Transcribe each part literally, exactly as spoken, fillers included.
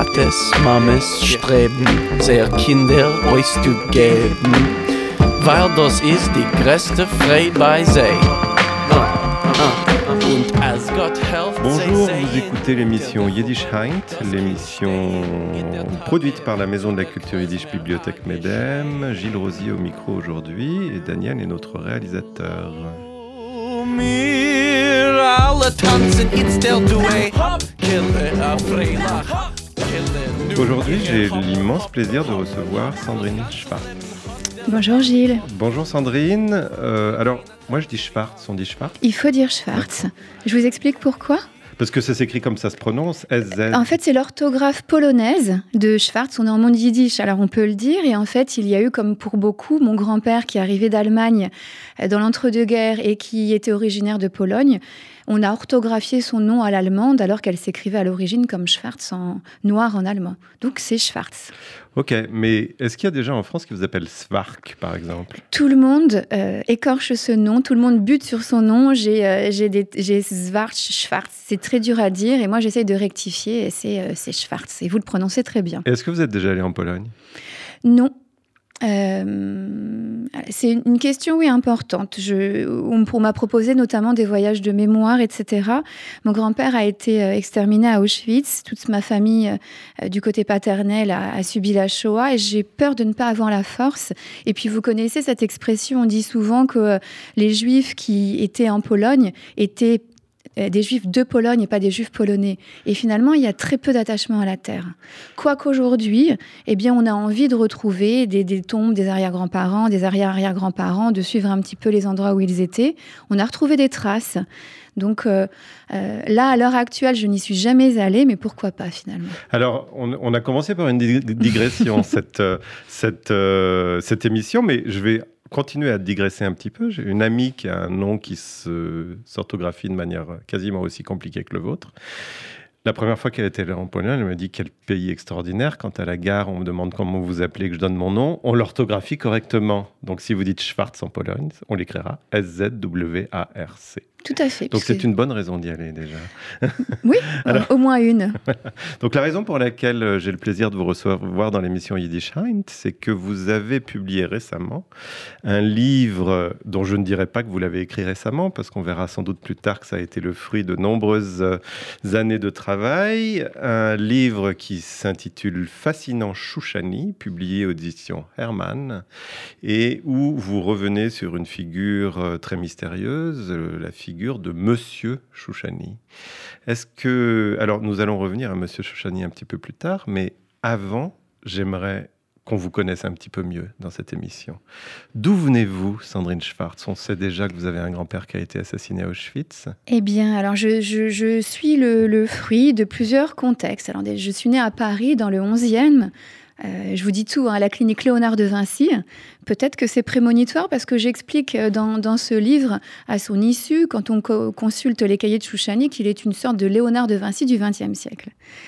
Vaters, Mames streben, sehr Kinder euch zu geben, weil das ist die größte Freude bei sei. Bonjour, vous écoutez l'émission Yiddish Heint, l'émission produite par la Maison de la Culture Yiddish Bibliothèque Medem. Gilles Rosier au micro aujourd'hui et Daniel est notre réalisateur. Aujourd'hui, j'ai l'immense plaisir de recevoir Sandrine Schwartz. Bonjour Gilles. Bonjour Sandrine. Euh, alors, moi je dis Schwartz, on dit Schwartz. Il faut dire Schwartz. Je vous explique pourquoi. Parce que ça s'écrit comme ça se prononce, S Z. En fait, c'est l'orthographe polonaise de Schwartz. On est en monde yiddish, alors on peut le dire. Et en fait, il y a eu, comme pour beaucoup, mon grand-père qui est arrivé d'Allemagne dans l'entre-deux-guerres et qui était originaire de Pologne. On a orthographié son nom à l'allemande alors qu'elle s'écrivait à l'origine comme Schwarz en noir en allemand. Donc c'est Schwartz. Ok, mais est-ce qu'il y a des gens en France qui vous appellent Svark, par exemple ? Tout le monde euh, écorche ce nom, tout le monde bute sur son nom. J'ai, euh, j'ai, des, j'ai Svarch, Schwartz, c'est très dur à dire et moi j'essaye de rectifier et c'est, euh, c'est Schwartz. Et vous le prononcez très bien. Et est-ce que vous êtes déjà allé en Pologne ? Non. Euh, c'est une question, oui, importante. Je, on, on m'a proposé notamment des voyages de mémoire, et cetera. Mon grand-père a été exterminé à Auschwitz. Toute ma famille, euh, du côté paternel, a, a subi la Shoah et j'ai peur de ne pas avoir la force. Et puis, vous connaissez cette expression, on dit souvent que les Juifs qui étaient en Pologne étaient des Juifs de Pologne et pas des Juifs polonais. Et finalement, il y a très peu d'attachement à la terre. Quoiqu'aujourd'hui, eh bien, on a envie de retrouver des, des tombes des arrière-grands-parents, des arrière-arrière-grands-parents, de suivre un petit peu les endroits où ils étaient. On a retrouvé des traces. Donc euh, euh, là, à l'heure actuelle, je n'y suis jamais allée, mais pourquoi pas finalement ? Alors, on, on a commencé par une digression, cette, euh, cette, euh, cette émission, mais je vais continuer à digresser un petit peu. J'ai une amie qui a un nom qui se, s'orthographie de manière quasiment aussi compliquée que le vôtre. La première fois qu'elle était là en Pologne, elle me dit quel pays extraordinaire. Quand à la gare, on me demande comment vous appelez, que je donne mon nom, on l'orthographie correctement. Donc si vous dites Schwartz en Pologne, on l'écrira S Z W A R C. Tout à fait. Donc c'est une bonne raison d'y aller déjà. Oui, alors, au moins une. Donc la raison pour laquelle j'ai le plaisir de vous recevoir dans l'émission Yiddish Heint, c'est que vous avez publié récemment un livre dont je ne dirais pas que vous l'avez écrit récemment, parce qu'on verra sans doute plus tard que ça a été le fruit de nombreuses années de travail. Un livre qui s'intitule Fascinant Chouchani, publié aux éditions Hermann, et où vous revenez sur une figure très mystérieuse, la figure de Monsieur Chouchani. Est-ce que... Alors, nous allons revenir à Monsieur Chouchani un petit peu plus tard, mais avant, j'aimerais qu'on vous connaisse un petit peu mieux dans cette émission. D'où venez-vous, Sandrine Schwartz ? On sait déjà que vous avez un grand-père qui a été assassiné à Auschwitz. Eh bien, alors je, je, je suis le, le fruit de plusieurs contextes. Alors, je suis née à Paris, dans le onzième. Euh, je vous dis tout, hein, à la clinique Léonard de Vinci. Peut-être que c'est prémonitoire parce que j'explique dans, dans ce livre, à son issue, quand on co- consulte les cahiers de Chouchani, qu'il est une sorte de Léonard de Vinci du vingtième siècle.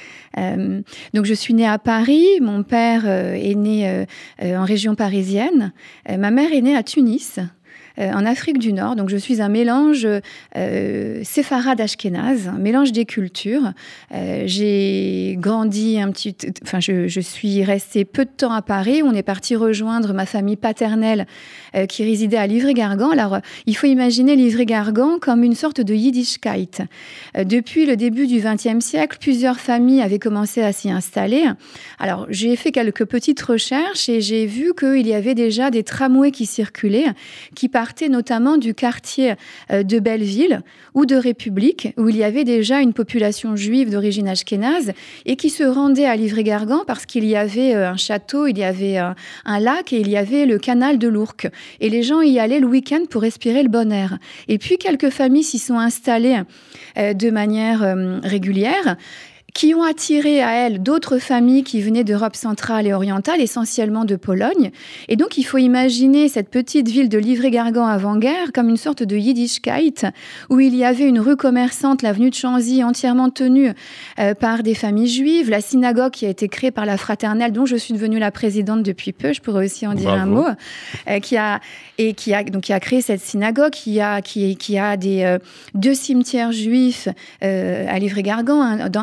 Euh, donc je suis née à Paris, mon père euh, est né euh, euh, en région parisienne, euh, ma mère est née à Tunis. Euh, en Afrique du Nord. Donc, je suis un mélange euh, séfarade ashkénaze, un mélange des cultures. Euh, j'ai grandi un petit... T- enfin, je, je suis restée peu de temps à Paris. On est parti rejoindre ma famille paternelle euh, qui résidait à Livry-Gargan. Alors, il faut imaginer Livry-Gargan comme une sorte de Yiddishkeit. Euh, depuis le début du vingtième siècle, plusieurs familles avaient commencé à s'y installer. Alors, j'ai fait quelques petites recherches et j'ai vu qu'il y avait déjà des tramways qui circulaient, qui partaient notamment du quartier de Belleville ou de République, où il y avait déjà une population juive d'origine ashkénaze et qui se rendait à Livry-Gargan parce qu'il y avait un château, il y avait un, un lac et il y avait le canal de l'Ourcq. Et les gens y allaient le week-end pour respirer le bon air. Et puis, quelques familles s'y sont installées euh, de manière euh, régulière, qui ont attiré à elles d'autres familles qui venaient d'Europe centrale et orientale, essentiellement de Pologne. Et donc, il faut imaginer cette petite ville de Livry-Gargan avant-guerre comme une sorte de Yiddishkeit, où il y avait une rue commerçante, l'avenue de Chanzy, entièrement tenue euh, par des familles juives, la synagogue qui a été créée par la Fraternelle, dont je suis devenue la présidente depuis peu, je pourrais aussi en dire Bravo. un mot, euh, qui a, et qui a, donc, qui a créé cette synagogue, qui a, qui, qui a des, euh, deux cimetières juifs euh, à Livry-Gargan, un dans, un dans l'ancien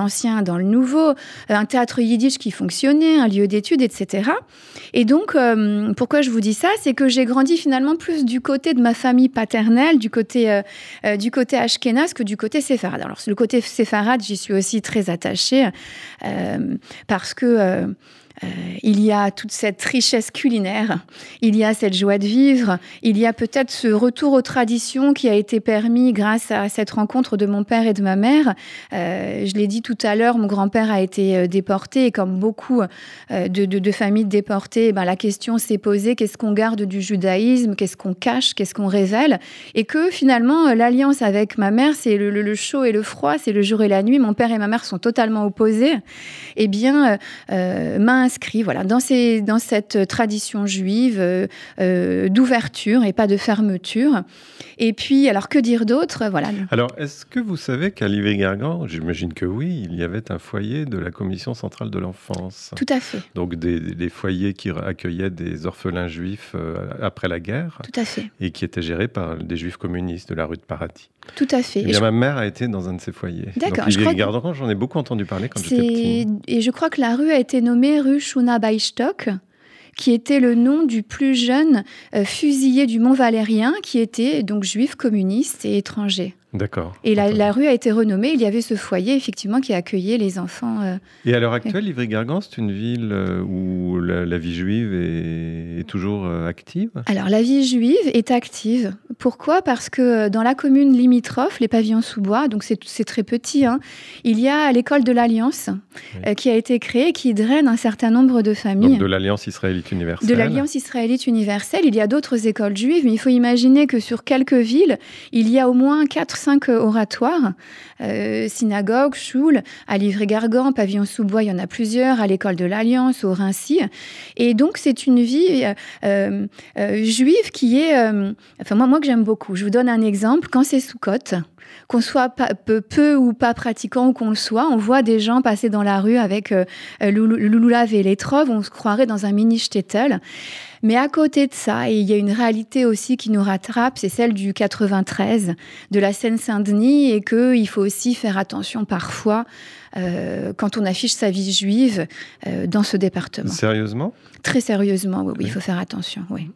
l'ancien dans le nouveau, un théâtre yiddish qui fonctionnait, un lieu d'études, et cetera. Et donc, euh, pourquoi je vous dis ça ? C'est que j'ai grandi finalement plus du côté de ma famille paternelle, du côté, euh, euh, du côté ashkénaze que du côté séfarade. Alors, le côté séfarade, j'y suis aussi très attachée euh, parce que... Euh, Euh, il y a toute cette richesse culinaire, il y a cette joie de vivre, il y a peut-être ce retour aux traditions qui a été permis grâce à cette rencontre de mon père et de ma mère. Euh, je l'ai dit tout à l'heure, mon grand-père a été déporté et comme beaucoup euh, de, de, de familles déportées, ben, la question s'est posée, qu'est-ce qu'on garde du judaïsme, qu'est-ce qu'on cache, qu'est-ce qu'on révèle ? Et que finalement, l'alliance avec ma mère, c'est le, le, le chaud et le froid, c'est le jour et la nuit. Mon père et ma mère sont totalement opposés. Eh bien, euh, m'a inscrit voilà, dans, ces, dans cette tradition juive euh, euh, d'ouverture et pas de fermeture. Et puis, alors que dire d'autre voilà. Alors, est-ce que vous savez qu'à Livry-Gargan, j'imagine que oui, il y avait un foyer de la Commission centrale de l'enfance ? Tout à fait. Donc, des, des foyers qui accueillaient des orphelins juifs euh, après la guerre. Tout à fait. Et qui étaient gérés par des juifs communistes de la rue de Paradis. Tout à fait. Et bien, je... ma mère a été dans un de ces foyers. D'accord. Donc, Livry-Gargan, que... j'en ai beaucoup entendu parler quand C'est... j'étais petit. Et je crois que la rue a été nommée rue Shuna Beistock, qui était le nom du plus jeune euh, fusillé du Mont Valérien, qui était donc juif, communiste et étranger. D'accord. Et la, la rue a été renommée. Il y avait ce foyer, effectivement, qui accueillait les enfants. Euh... Et à l'heure actuelle, Livry-Gargan, c'est une ville où la, la vie juive est, est toujours active ? Alors, la vie juive est active. Pourquoi ? Parce que dans la commune limitrophe, les Pavillons-sous-Bois, donc c'est, c'est très petit, hein, il y a l'école de l'Alliance oui. euh, qui a été créée, qui draine un certain nombre de familles. Donc de l'Alliance israélite universelle. De l'Alliance israélite universelle. Il y a d'autres écoles juives, mais il faut imaginer que sur quelques villes, il y a au moins quatre cinq oratoires, euh, synagogues, choules, à Livry-Gargan, Pavillons-sous-Bois, il y en a plusieurs, à l'école de l'Alliance, au Rincy. Et donc, c'est une vie euh, euh, juive qui est... Euh, enfin, moi, moi, que j'aime beaucoup. Je vous donne un exemple. Quand c'est Soukhot, qu'on soit pas, peu, peu ou pas pratiquant ou qu'on le soit, on voit des gens passer dans la rue avec euh, le loulav et les troves, on se croirait dans un mini shtetl. Mais à côté de ça, et il y a une réalité aussi qui nous rattrape, c'est celle du quatre-vingt-treize, de la Seine-Saint-Denis, et qu'il faut aussi faire attention parfois euh, quand on affiche sa vie juive euh, dans ce département. Sérieusement ? Très sérieusement, oui, oui, il faut faire attention, oui.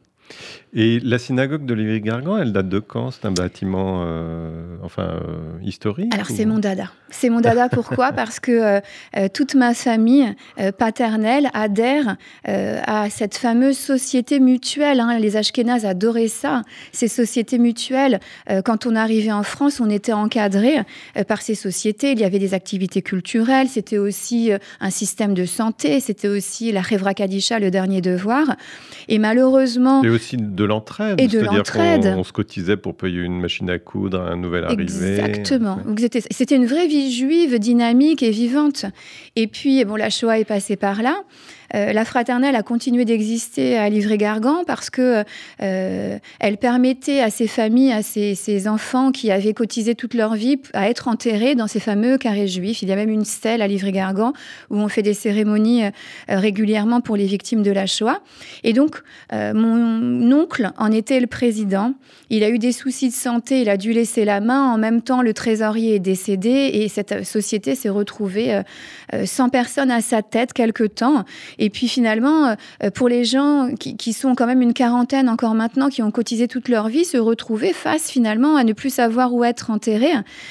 Et la synagogue de Livry-Gargan, elle date de quand ? C'est un bâtiment euh, enfin, euh, historique ? Alors, ou... c'est mon dada. C'est mon dada, pourquoi ? Parce que euh, toute ma famille euh, paternelle adhère euh, à cette fameuse société mutuelle. Hein. Les Ashkénazes adoraient ça, ces sociétés mutuelles. Euh, quand on arrivait en France, on était encadré euh, par ces sociétés. Il y avait des activités culturelles, c'était aussi euh, un système de santé, c'était aussi la Hevra Kadisha, le dernier devoir. Et malheureusement... Et aussi de l'entraide. Et de c'est-à-dire l'entraide. qu'on on se cotisait pour payer une machine à coudre à un nouvel arrivé. Exactement. Ouais. Donc c'était, c'était une vraie vie juive, dynamique et vivante. Et puis, bon, la Shoah est passée par là. Euh, la fraternelle a continué d'exister à Livry-Gargan parce que euh, elle permettait à ces familles, à ces, ces enfants qui avaient cotisé toute leur vie à être enterrés dans ces fameux carrés juifs. Il y a même une stèle à Livry-Gargan où on fait des cérémonies euh, régulièrement pour les victimes de la Shoah. Et donc, euh, mon oncle en était le président. Il a eu des soucis de santé, il a dû laisser la main. En même temps, le trésorier est décédé et cette société s'est retrouvée euh, sans personne à sa tête quelque temps. Et puis finalement, euh, pour les gens qui, qui sont quand même une quarantaine encore maintenant, qui ont cotisé toute leur vie, se retrouver face finalement à ne plus savoir où être enterrés.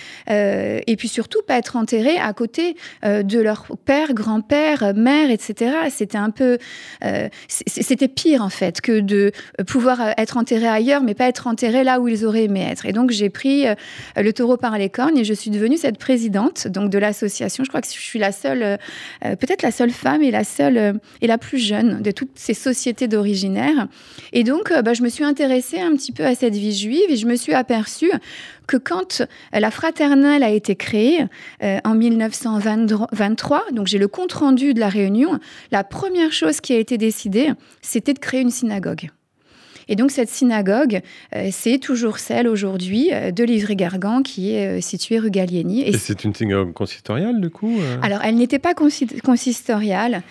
Euh, et puis surtout, pas être enterrés à côté euh, de leur père, grand-père, mère, et cetera. C'était un peu... Euh, c'était pire en fait que de pouvoir être enterré ailleurs, mais pas être enterré là où ils auraient aimé être. Et donc j'ai pris euh, le taureau par les cornes et je suis devenue cette présidente donc, de l'association. Je crois que je suis la seule, euh, peut-être la seule femme et la seule... Euh, et la plus jeune de toutes ces sociétés d'originaires. Et donc, euh, bah, je me suis intéressée un petit peu à cette vie juive et je me suis aperçue que quand la fraternelle a été créée euh, en dix-neuf cent vingt-trois, donc j'ai le compte-rendu de la réunion, la première chose qui a été décidée, c'était de créer une synagogue. Et donc cette synagogue, euh, c'est toujours celle aujourd'hui euh, de Livry-Gargan qui est euh, située rue Gallieni. Et, Et c'est une synagogue consistoriale du coup euh... Alors elle n'était pas consi- consistoriale.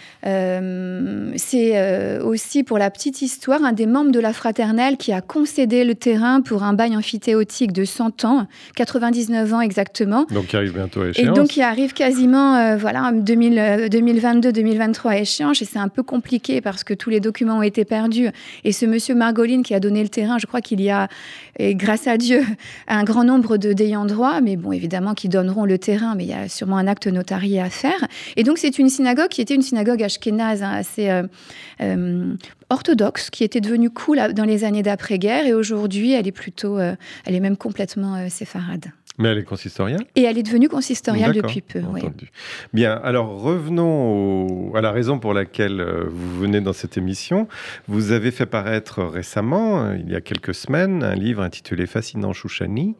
Euh, c'est euh, aussi pour la petite histoire un des membres de la fraternelle qui a concédé le terrain pour un bail amphithéotique de cent ans, quatre-vingt-dix-neuf ans exactement. Donc qui arrive bientôt à échéance. Et donc qui arrive quasiment euh, voilà, deux mille, deux mille vingt-deux deux mille vingt-trois à échéance. Et c'est un peu compliqué parce que tous les documents ont été perdus. Et ce monsieur Margoline qui a donné le terrain, je crois qu'il y a, et grâce à Dieu, un grand nombre de d'ayants droit, mais bon, évidemment, qui donneront le terrain, mais il y a sûrement un acte notarié à faire. Et donc, c'est une synagogue qui était une synagogue ashkénaze, hein, assez euh, euh, orthodoxe, qui était devenue cool dans les années d'après-guerre. Et aujourd'hui, elle est plutôt, euh, elle est même complètement euh, séfarade. Mais elle est consistoriale ? Et elle est devenue consistoriale D'accord, depuis peu. entendu. Oui. Bien, alors revenons au, à la raison pour laquelle vous venez dans cette émission. Vous avez fait paraître récemment, il y a quelques semaines, un livre intitulé Fascinant Chouchani.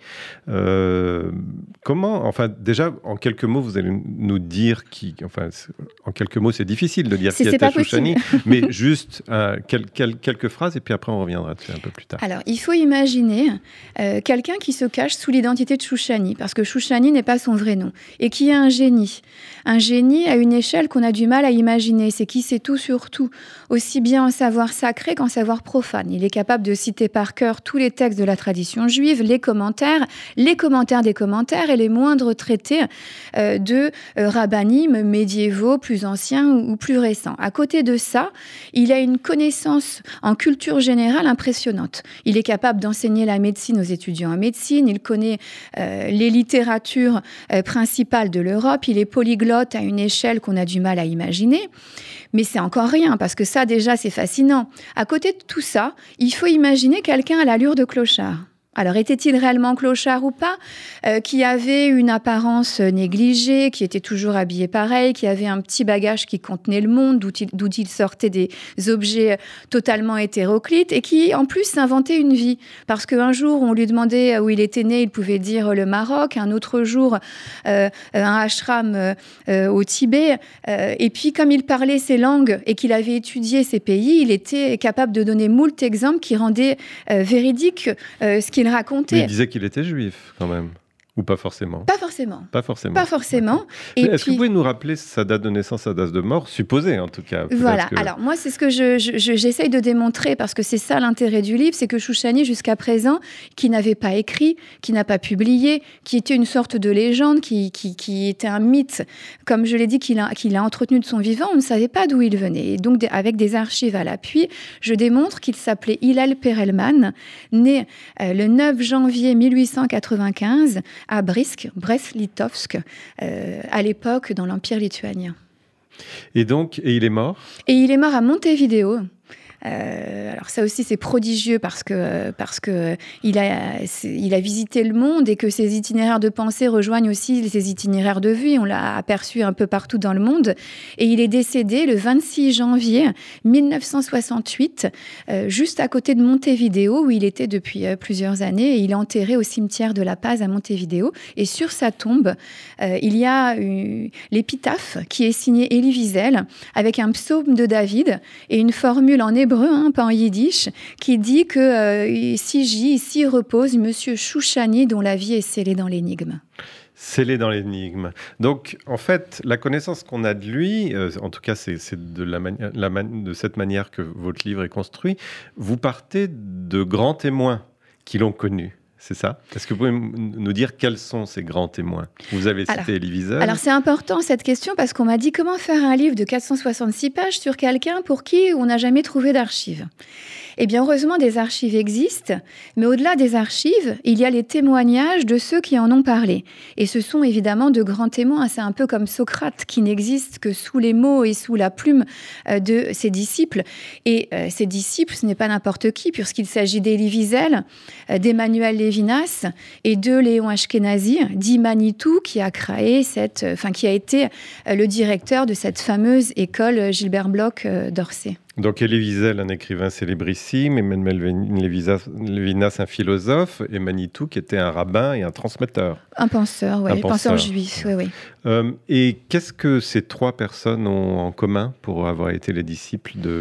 Euh, comment, enfin déjà, en quelques mots, vous allez nous dire qui, enfin, en quelques mots, c'est difficile de dire c'est, qui était Chouchani, possible. mais juste euh, quel, quel, quelques phrases et puis après on reviendra dessus un peu plus tard. Alors, il faut imaginer euh, quelqu'un qui se cache sous l'identité de Chouchani. Parce que Chouchani n'est pas son vrai nom, et qui est un génie. Un génie à une échelle qu'on a du mal à imaginer. C'est qui sait tout sur tout, aussi bien en savoir sacré qu'en savoir profane. Il est capable de citer par cœur tous les textes de la tradition juive, les commentaires, les commentaires des commentaires et les moindres traités euh, de euh, rabbinim médiévaux, plus anciens ou, ou plus récents. À côté de ça, il a une connaissance en culture générale impressionnante. Il est capable d'enseigner la médecine aux étudiants en médecine, il connaît euh, les littératures euh, principales de l'Europe. Il est polyglotte à une échelle qu'on a du mal à imaginer. Mais c'est encore rien, parce que ça, déjà, c'est fascinant. À côté de tout ça, il faut imaginer quelqu'un à l'allure de clochard. Alors, était-il réellement clochard ou pas, euh, qui avait une apparence négligée, qui était toujours habillé pareil, qui avait un petit bagage qui contenait le monde, d'où il, d'où il sortait des objets totalement hétéroclites, et qui, en plus, s'inventait une vie. Parce qu'un jour, on lui demandait où il était né, il pouvait dire le Maroc, un autre jour, euh, un ashram euh, au Tibet. Euh, et puis, comme il parlait ces langues et qu'il avait étudié ces pays, il était capable de donner moult exemples qui rendaient euh, véridique euh, ce qu'il il racontait. Mais il disait qu'il était juif, quand même. Ou pas forcément ? Pas forcément. Pas forcément. Pas forcément. Et est-ce puis... que vous pouvez nous rappeler sa date de naissance, sa date de mort, supposée en tout cas ? Voilà. Que... Alors moi, c'est ce que je, je, je, j'essaye de démontrer, parce que c'est ça l'intérêt du livre, c'est que Chouchani, jusqu'à présent, qui n'avait pas écrit, qui n'a pas publié, qui était une sorte de légende, qui, qui, qui était un mythe, comme je l'ai dit, qu'il a, qu'il a entretenu de son vivant, on ne savait pas d'où il venait. Et donc, avec des archives à l'appui, je démontre qu'il s'appelait Hillel Perelman, né euh, le neuf janvier mille huit cent quatre-vingt-quinze à Brisk, Brest-Litovsk, euh, à l'époque dans l'Empire lituanien. Et donc, et il est mort ? Et il est mort à Montevideo. Euh, alors ça aussi c'est prodigieux parce que parce que il a il a visité le monde et que ses itinéraires de pensée rejoignent aussi ses itinéraires de vie. On l'a aperçu un peu partout dans le monde. Et il est décédé le vingt-six janvier mille neuf cent soixante-huit, euh, juste à côté de Montevideo où il était depuis euh, plusieurs années. Et il est enterré au cimetière de La Paz à Montevideo. Et sur sa tombe, euh, il y a une, l'épitaphe qui est signée Elie Wiesel avec un psaume de David et une formule en hébreu, Hein, pas en yiddish, qui dit que euh, ici gît, ici repose Monsieur Chouchani, dont la vie est scellée dans l'énigme. Scellé dans l'énigme. Donc, en fait, la connaissance qu'on a de lui, euh, en tout cas, c'est, c'est de, la mani- la man- de cette manière que votre livre est construit, vous partez de grands témoins qui l'ont connu. C'est ça ? Est-ce que vous pouvez nous dire quels sont ces grands témoins ? Vous avez cité alors, Elie Wiesel. Alors, c'est important cette question parce qu'on m'a dit comment faire un livre de quatre cent soixante-six pages sur quelqu'un pour qui on n'a jamais trouvé d'archives. Eh bien, heureusement, des archives existent, mais au-delà des archives, il y a les témoignages de ceux qui en ont parlé. Et ce sont évidemment de grands témoins. C'est un peu comme Socrate, qui n'existe que sous les mots et sous la plume euh, de ses disciples. Et euh, ses disciples, ce n'est pas n'importe qui, puisqu'il s'agit d'Elie Wiesel, euh, d'Emmanuel Lévinas et de Léon Ashkenazi, dit Manitou, qui a créé cette, euh, enfin, qui a été euh, le directeur de cette fameuse école Gilbert Bloch euh, d'Orsay. Donc Elie Wiesel, un écrivain célébrissime, Emmanuel Lévinas, un philosophe, et Manitou, qui était un rabbin et un transmetteur. Un penseur, oui, un penseur, penseur juif, oui, oui. Euh, et qu'est-ce que ces trois personnes ont en commun pour avoir été les disciples de Chouchani ?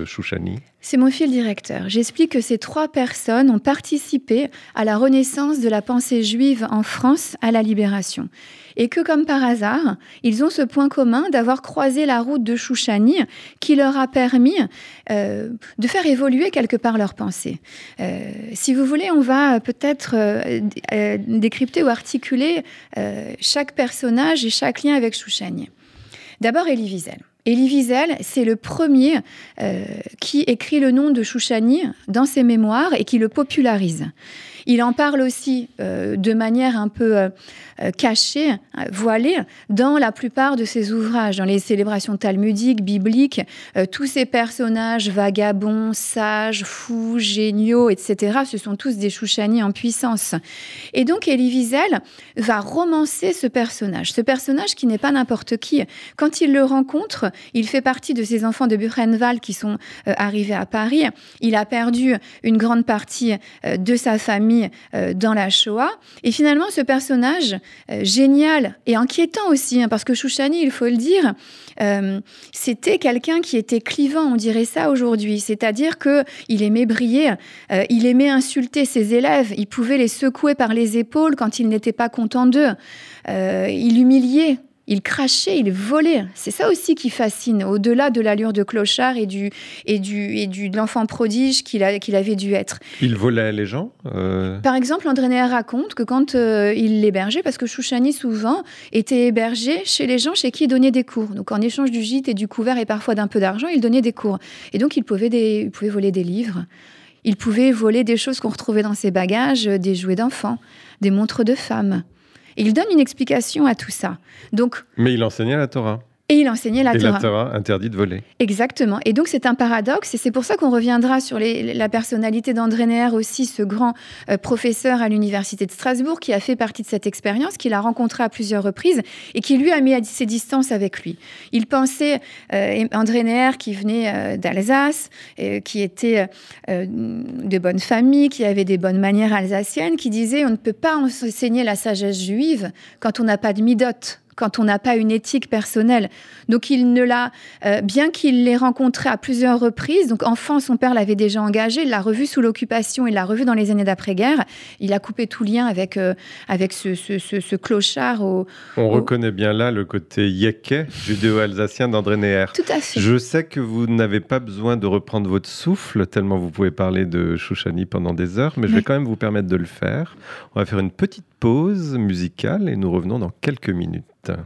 C'est mon fil directeur. J'explique que ces trois personnes ont participé à la renaissance de la pensée juive en France à la Libération. Et que, comme par hasard, ils ont ce point commun d'avoir croisé la route de Chouchani qui leur a permis euh, de faire évoluer quelque part leur pensée. Euh, si vous voulez, on va peut-être euh, euh, décrypter ou articuler euh, chaque personnage et chaque lien avec Chouchani. D'abord, Elie Wiesel. Elie Wiesel, c'est le premier euh, qui écrit le nom de Chouchani dans ses mémoires et qui le popularise. Il en parle aussi euh, de manière un peu euh, cachée, voilée, dans la plupart de ses ouvrages, dans les célébrations talmudiques, bibliques. Euh, tous ces personnages vagabonds, sages, fous, géniaux, et cetera, ce sont tous des Chouchani en puissance. Et donc, Elie Wiesel va romancer ce personnage, ce personnage qui n'est pas n'importe qui. Quand il le rencontre, il fait partie de ces enfants de Buchenwald qui sont euh, arrivés à Paris. Il a perdu une grande partie euh, de sa famille euh, dans la Shoah. Et finalement, ce personnage euh, génial et inquiétant aussi, hein, parce que Chouchani, il faut le dire, euh, c'était quelqu'un qui était clivant, on dirait ça aujourd'hui. C'est-à-dire qu'il aimait briller, euh, il aimait insulter ses élèves, il pouvait les secouer par les épaules quand il n'était pas content d'eux. Euh, il humiliait. Il crachait, il volait. C'est ça aussi qui fascine, au-delà de l'allure de clochard et, du, et, du, et du, de l'enfant prodige qu'il, a, qu'il avait dû être. Il volait les gens euh... Par exemple, André Neher raconte que quand euh, il l'hébergeait, parce que Chouchani, souvent, était hébergé chez les gens chez qui il donnait des cours. Donc, en échange du gîte et du couvert et parfois d'un peu d'argent, il donnait des cours. Et donc, il pouvait, des, il pouvait voler des livres. Il pouvait voler des choses qu'on retrouvait dans ses bagages, des jouets d'enfants, des montres de femmes. Et il donne une explication à tout ça. Donc, mais il enseignait la Torah. Et il enseignait la et Torah. Et la Torah interdit de voler. Exactement. Et donc, c'est un paradoxe. Et c'est pour ça qu'on reviendra sur les, la personnalité d'André Neher aussi, ce grand euh, professeur à l'Université de Strasbourg qui a fait partie de cette expérience, qu'il a rencontré à plusieurs reprises et qui, lui, a mis à ses distances avec lui. Il pensait, euh, André Neher, qui venait euh, d'Alsace, euh, qui était euh, de bonne famille, qui avait des bonnes manières alsaciennes, qui disait on ne peut pas enseigner la sagesse juive quand on n'a pas de midot, quand on n'a pas une éthique personnelle. Donc, il ne l'a, euh, bien qu'il l'ait rencontré à plusieurs reprises, donc enfant, son père l'avait déjà engagé, il l'a revu sous l'occupation, il l'a revu dans les années d'après-guerre, il a coupé tout lien avec, euh, avec ce, ce, ce, ce clochard. Au, On au... reconnaît bien là le côté yéké, judéo-alsacien d'André Neher. Tout à fait. Je sais que vous n'avez pas besoin de reprendre votre souffle, tellement vous pouvez parler de Chouchani pendant des heures, mais je vais oui. quand même vous permettre de le faire. On va faire une petite pause musicale et nous revenons dans quelques minutes.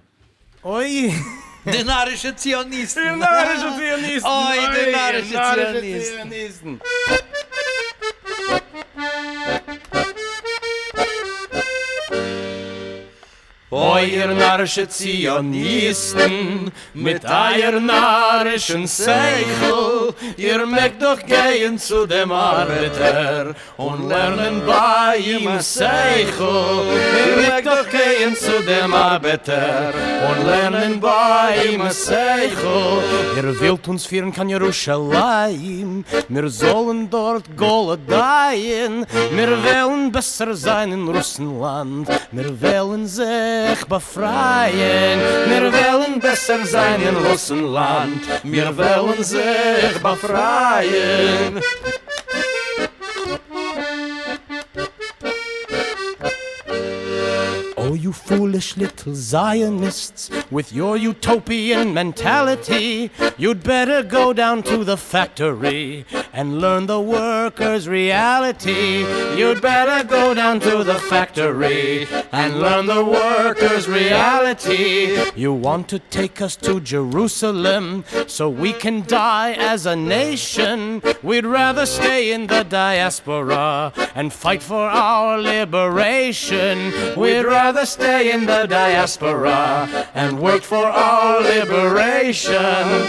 Oi, die narische Zionisten. Die narische Zionisten. Oi, die narische Zionisten. Oi, ihr narische Zionisten, mit eier narischen Seichel, ihr mögt doch gehen zu dem Arbeiter und lernen bei ihm Seichel. Ihr mögt doch gehen zu dem Arbeiter und lernen bei ihm Seichel. Ihr wollt uns führen kann Jerusalem, wir sollen dort Goledayen, wir wollen besser sein in Russenland, wir wollen sich befreien. Wir wollen besser sein in Russenland. Wir wollen sich befreien. Oh, you foolish little Zionists, with your utopian mentality, you'd better go down to the factory and learn the workers' reality. You'd better go down to the factory and learn the workers' reality. You want to take us to Jerusalem so we can die as a nation. We'd rather stay in the diaspora and fight for our liberation. We'd rather stay in the diaspora and work for our liberation.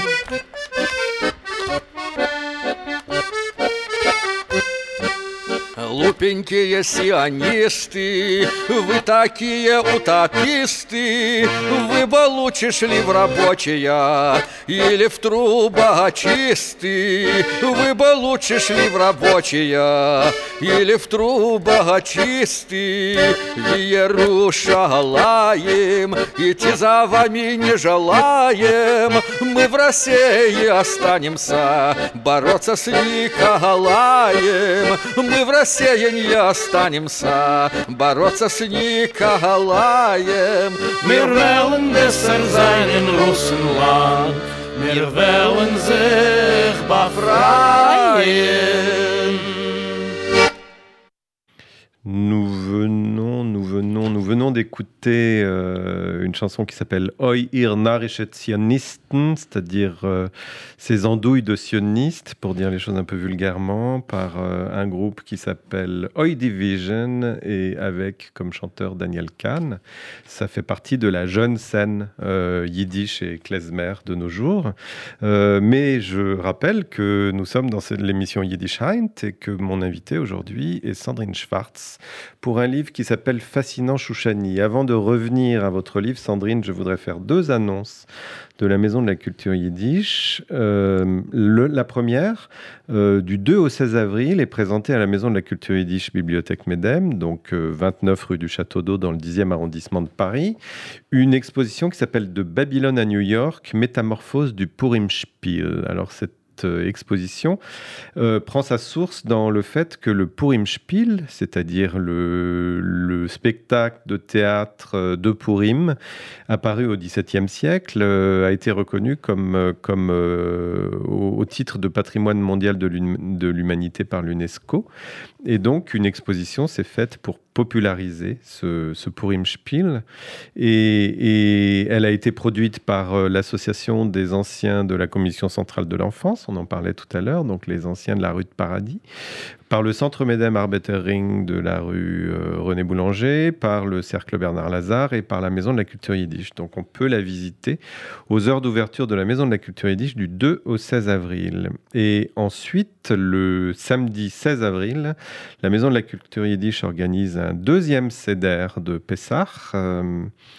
глупенькие сионисты, вы такие утописты, вы получишь ли в рабочие или в трубочисты, вы получишь ли в рабочие или в трубочисты. В Иерушалаим идти за вами не желаем, мы в России останемся бороться с Николаем, мы в России не останемся бороться с Николаем. Wir wollen besser sein in Russenland, wir wollen sich befreien. Nous venons, nous venons, nous venons d'écouter euh, une chanson qui s'appelle Oi ihr narische Zionisten, c'est-à-dire euh, ces andouilles de sionistes, pour dire les choses un peu vulgairement, par euh, un groupe qui s'appelle Oi Division et avec comme chanteur Daniel Kahn. Ça fait partie de la jeune scène euh, yiddish et klezmer de nos jours. Euh, mais je rappelle que nous sommes dans cette, l'émission Yiddish Heint et que mon invité aujourd'hui est Sandrine Schwartz, pour un livre qui s'appelle Fascinant Chouchani. Avant de revenir à votre livre, Sandrine, je voudrais faire deux annonces de la Maison de la Culture Yiddish. Euh, le, la première, euh, du deux au seize avril, est présentée à la Maison de la Culture Yiddish Bibliothèque Medem, donc euh, vingt-neuf rue du Château d'Eau dans le dixième arrondissement de Paris, une exposition qui s'appelle De Babylone à New York, métamorphose du Purim Spiel. Alors cette exposition euh, prend sa source dans le fait que le Purim Spiel, c'est-à-dire le, le spectacle de théâtre de Purim, apparu au dix-septième siècle, euh, a été reconnu comme, comme euh, au, au titre de patrimoine mondial de, l'hum- de l'humanité par l'UNESCO. Et donc, une exposition s'est faite pour populariser ce, ce Purim Spiel. Et, et elle a été produite par euh, l'association des anciens de la Commission centrale de l'enfance, on en parlait tout à l'heure, donc les anciens de la rue de Paradis, par le Centre Medem Arbeiterring de la rue euh, René Boulanger, par le Cercle Bernard Lazare et par la Maison de la Culture Yiddish. Donc on peut la visiter aux heures d'ouverture de la Maison de la Culture Yiddish du deux au seize avril. Et ensuite, le samedi seize avril, la Maison de la Culture Yiddish organise un deuxième Seder de Pessah euh,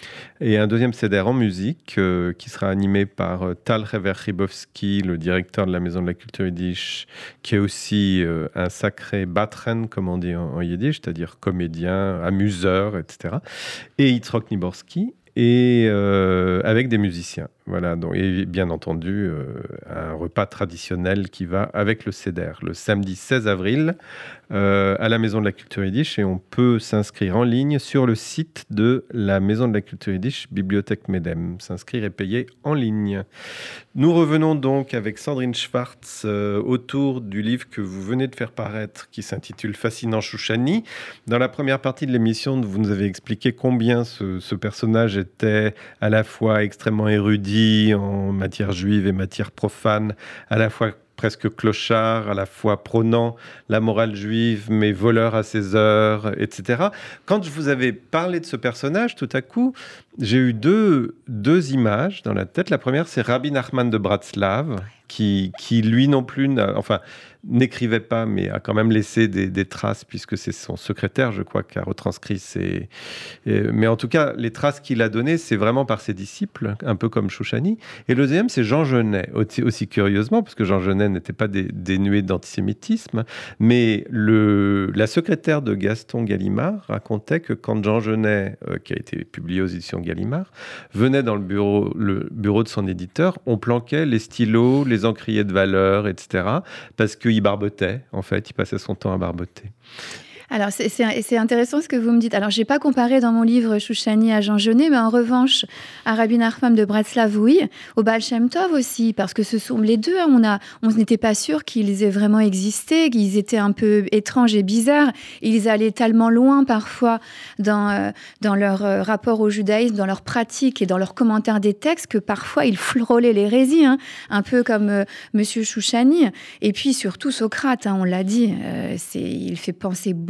et un deuxième Seder en musique euh, qui sera animé par euh, Tal Hever-Ribowski, le directeur de la Maison de la Culture Yiddish, qui est aussi euh, un sacré Batren, comme on dit en, en yiddish, c'est-à-dire comédien, amuseur, et cetera. Et Yitzhak Niborski, et euh, avec des musiciens. Voilà, donc, et bien entendu, euh, un repas traditionnel qui va avec le Seder, le samedi seize avril, euh, à la Maison de la Culture Yiddish, et on peut s'inscrire en ligne sur le site de la Maison de la Culture Yiddish, Bibliothèque Medem. S'inscrire et payer en ligne. Nous revenons donc avec Sandrine Schwartz euh, autour du livre que vous venez de faire paraître, qui s'intitule Fascinant Chouchani. Dans la première partie de l'émission, vous nous avez expliqué combien ce, ce personnage était à la fois extrêmement érudit en matière juive et matière profane, à la fois presque clochard, à la fois prônant la morale juive, mais voleur à ses heures, et cetera. Quand je vous avais parlé de ce personnage, tout à coup, j'ai eu deux, deux images dans la tête. La première, c'est Rabbi Nachman de Bratslav, qui, qui lui non plus, n'a, enfin, n'écrivait pas, mais a quand même laissé des, des traces, puisque c'est son secrétaire, je crois, qui a retranscrit ses... Mais en tout cas, les traces qu'il a données, c'est vraiment par ses disciples, un peu comme Chouchani. Et le deuxième, c'est Jean Genet, aussi, aussi curieusement, parce que Jean Genet n'était pas dé, dénué d'antisémitisme, mais le, la secrétaire de Gaston Gallimard racontait que quand Jean Genet, euh, qui a été publié aux éditions Gallimard, venait dans le bureau, le bureau de son éditeur, on planquait les stylos, les encriers de valeur, et cetera, parce qu'il barbotait, en fait, il passait son temps à barboter. Alors, c'est, c'est, c'est intéressant ce que vous me dites. Alors, je n'ai pas comparé dans mon livre Chouchani à Jean Genet, mais en revanche, à Rabbi Nachman de Bratslav, oui. Au Baal Shem Tov aussi, parce que ce sont les deux. On, a, on n'était pas sûr qu'ils aient vraiment existé, qu'ils étaient un peu étranges et bizarres. Ils allaient tellement loin, parfois, dans, euh, dans leur euh, rapport au judaïsme, dans leur pratique et dans leurs commentaires des textes, que parfois, ils frôlaient l'hérésie, hein, un peu comme euh, Monsieur Chouchani. Et puis, surtout, Socrate, hein, on l'a dit, euh, c'est, il fait penser beaucoup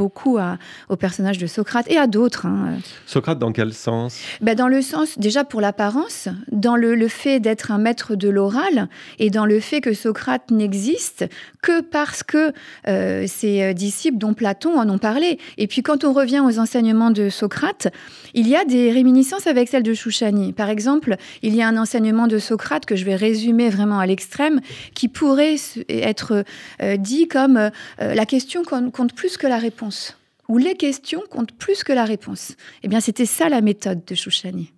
beaucoup à, au personnage de Socrate et à d'autres. Hein. Socrate, dans quel sens ? Ben, dans le sens, déjà pour l'apparence, dans le, le fait d'être un maître de l'oral et dans le fait que Socrate n'existe que parce que euh, ses disciples, dont Platon, en ont parlé. Et puis quand on revient aux enseignements de Socrate, il y a des réminiscences avec celles de Shoushani. Par exemple, il y a un enseignement de Socrate que je vais résumer vraiment à l'extrême, qui pourrait être euh, dit comme euh, la question compte plus que la réponse, ou les questions comptent plus que la réponse. Eh bien, c'était ça la méthode de Shoushani.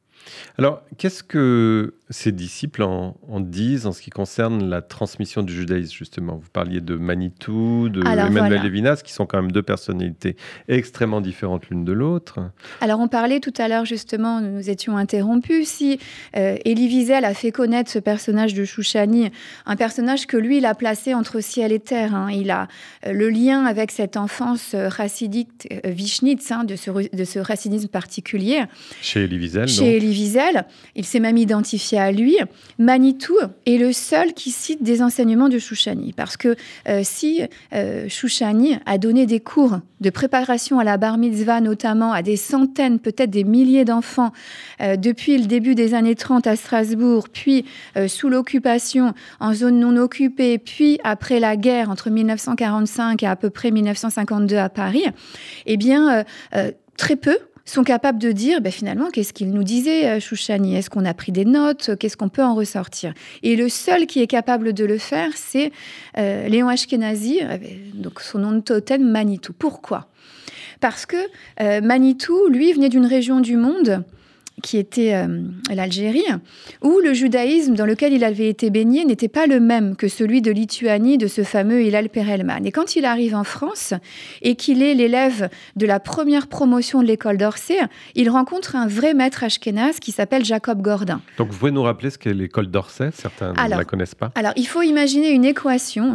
Alors, qu'est-ce que ces disciples en, en disent en ce qui concerne la transmission du judaïsme, justement ? Vous parliez de Manitou, de Alors, Emmanuel voilà. Levinas, qui sont quand même deux personnalités extrêmement différentes l'une de l'autre. Alors, on parlait tout à l'heure, justement, nous étions interrompus, si euh, Elie Wiesel a fait connaître ce personnage de Shoushani, un personnage que lui, il a placé entre ciel et terre. Hein. Il a euh, le lien avec cette enfance euh, chassidique, euh, Vishnitz, hein, de, ce, de ce chassidisme particulier. Chez Elie Wiesel, Chez Elie Wiesel, il s'est même identifié à lui. Manitou est le seul qui cite des enseignements de Shoushani. Parce que euh, si euh, Shoushani a donné des cours de préparation à la bar mitzvah, notamment à des centaines, peut-être des milliers d'enfants, euh, depuis le début des années trente à Strasbourg, puis euh, sous l'occupation, en zone non occupée, puis après la guerre, entre mille neuf cent quarante-cinq et à peu près mille neuf cent cinquante-deux à Paris, eh bien, euh, euh, très peu sont capables de dire, ben finalement, qu'est-ce qu'il nous disait, Shoushani ? Est-ce qu'on a pris des notes ? Qu'est-ce qu'on peut en ressortir ? Et le seul qui est capable de le faire, c'est euh, Léon Ashkenazi, donc son nom de totem, Manitou. Pourquoi ? Parce que euh, Manitou, lui, venait d'une région du monde qui était euh, l'Algérie, où le judaïsme dans lequel il avait été baigné n'était pas le même que celui de Lituanie, de ce fameux Hillel Perelman. Et quand il arrive en France et qu'il est l'élève de la première promotion de l'école d'Orsay, il rencontre un vrai maître ashkénaze qui s'appelle Jacob Gordin. Donc vous pouvez nous rappeler ce qu'est l'école d'Orsay ? Certains alors, ne la connaissent pas. Alors, il faut imaginer une équation,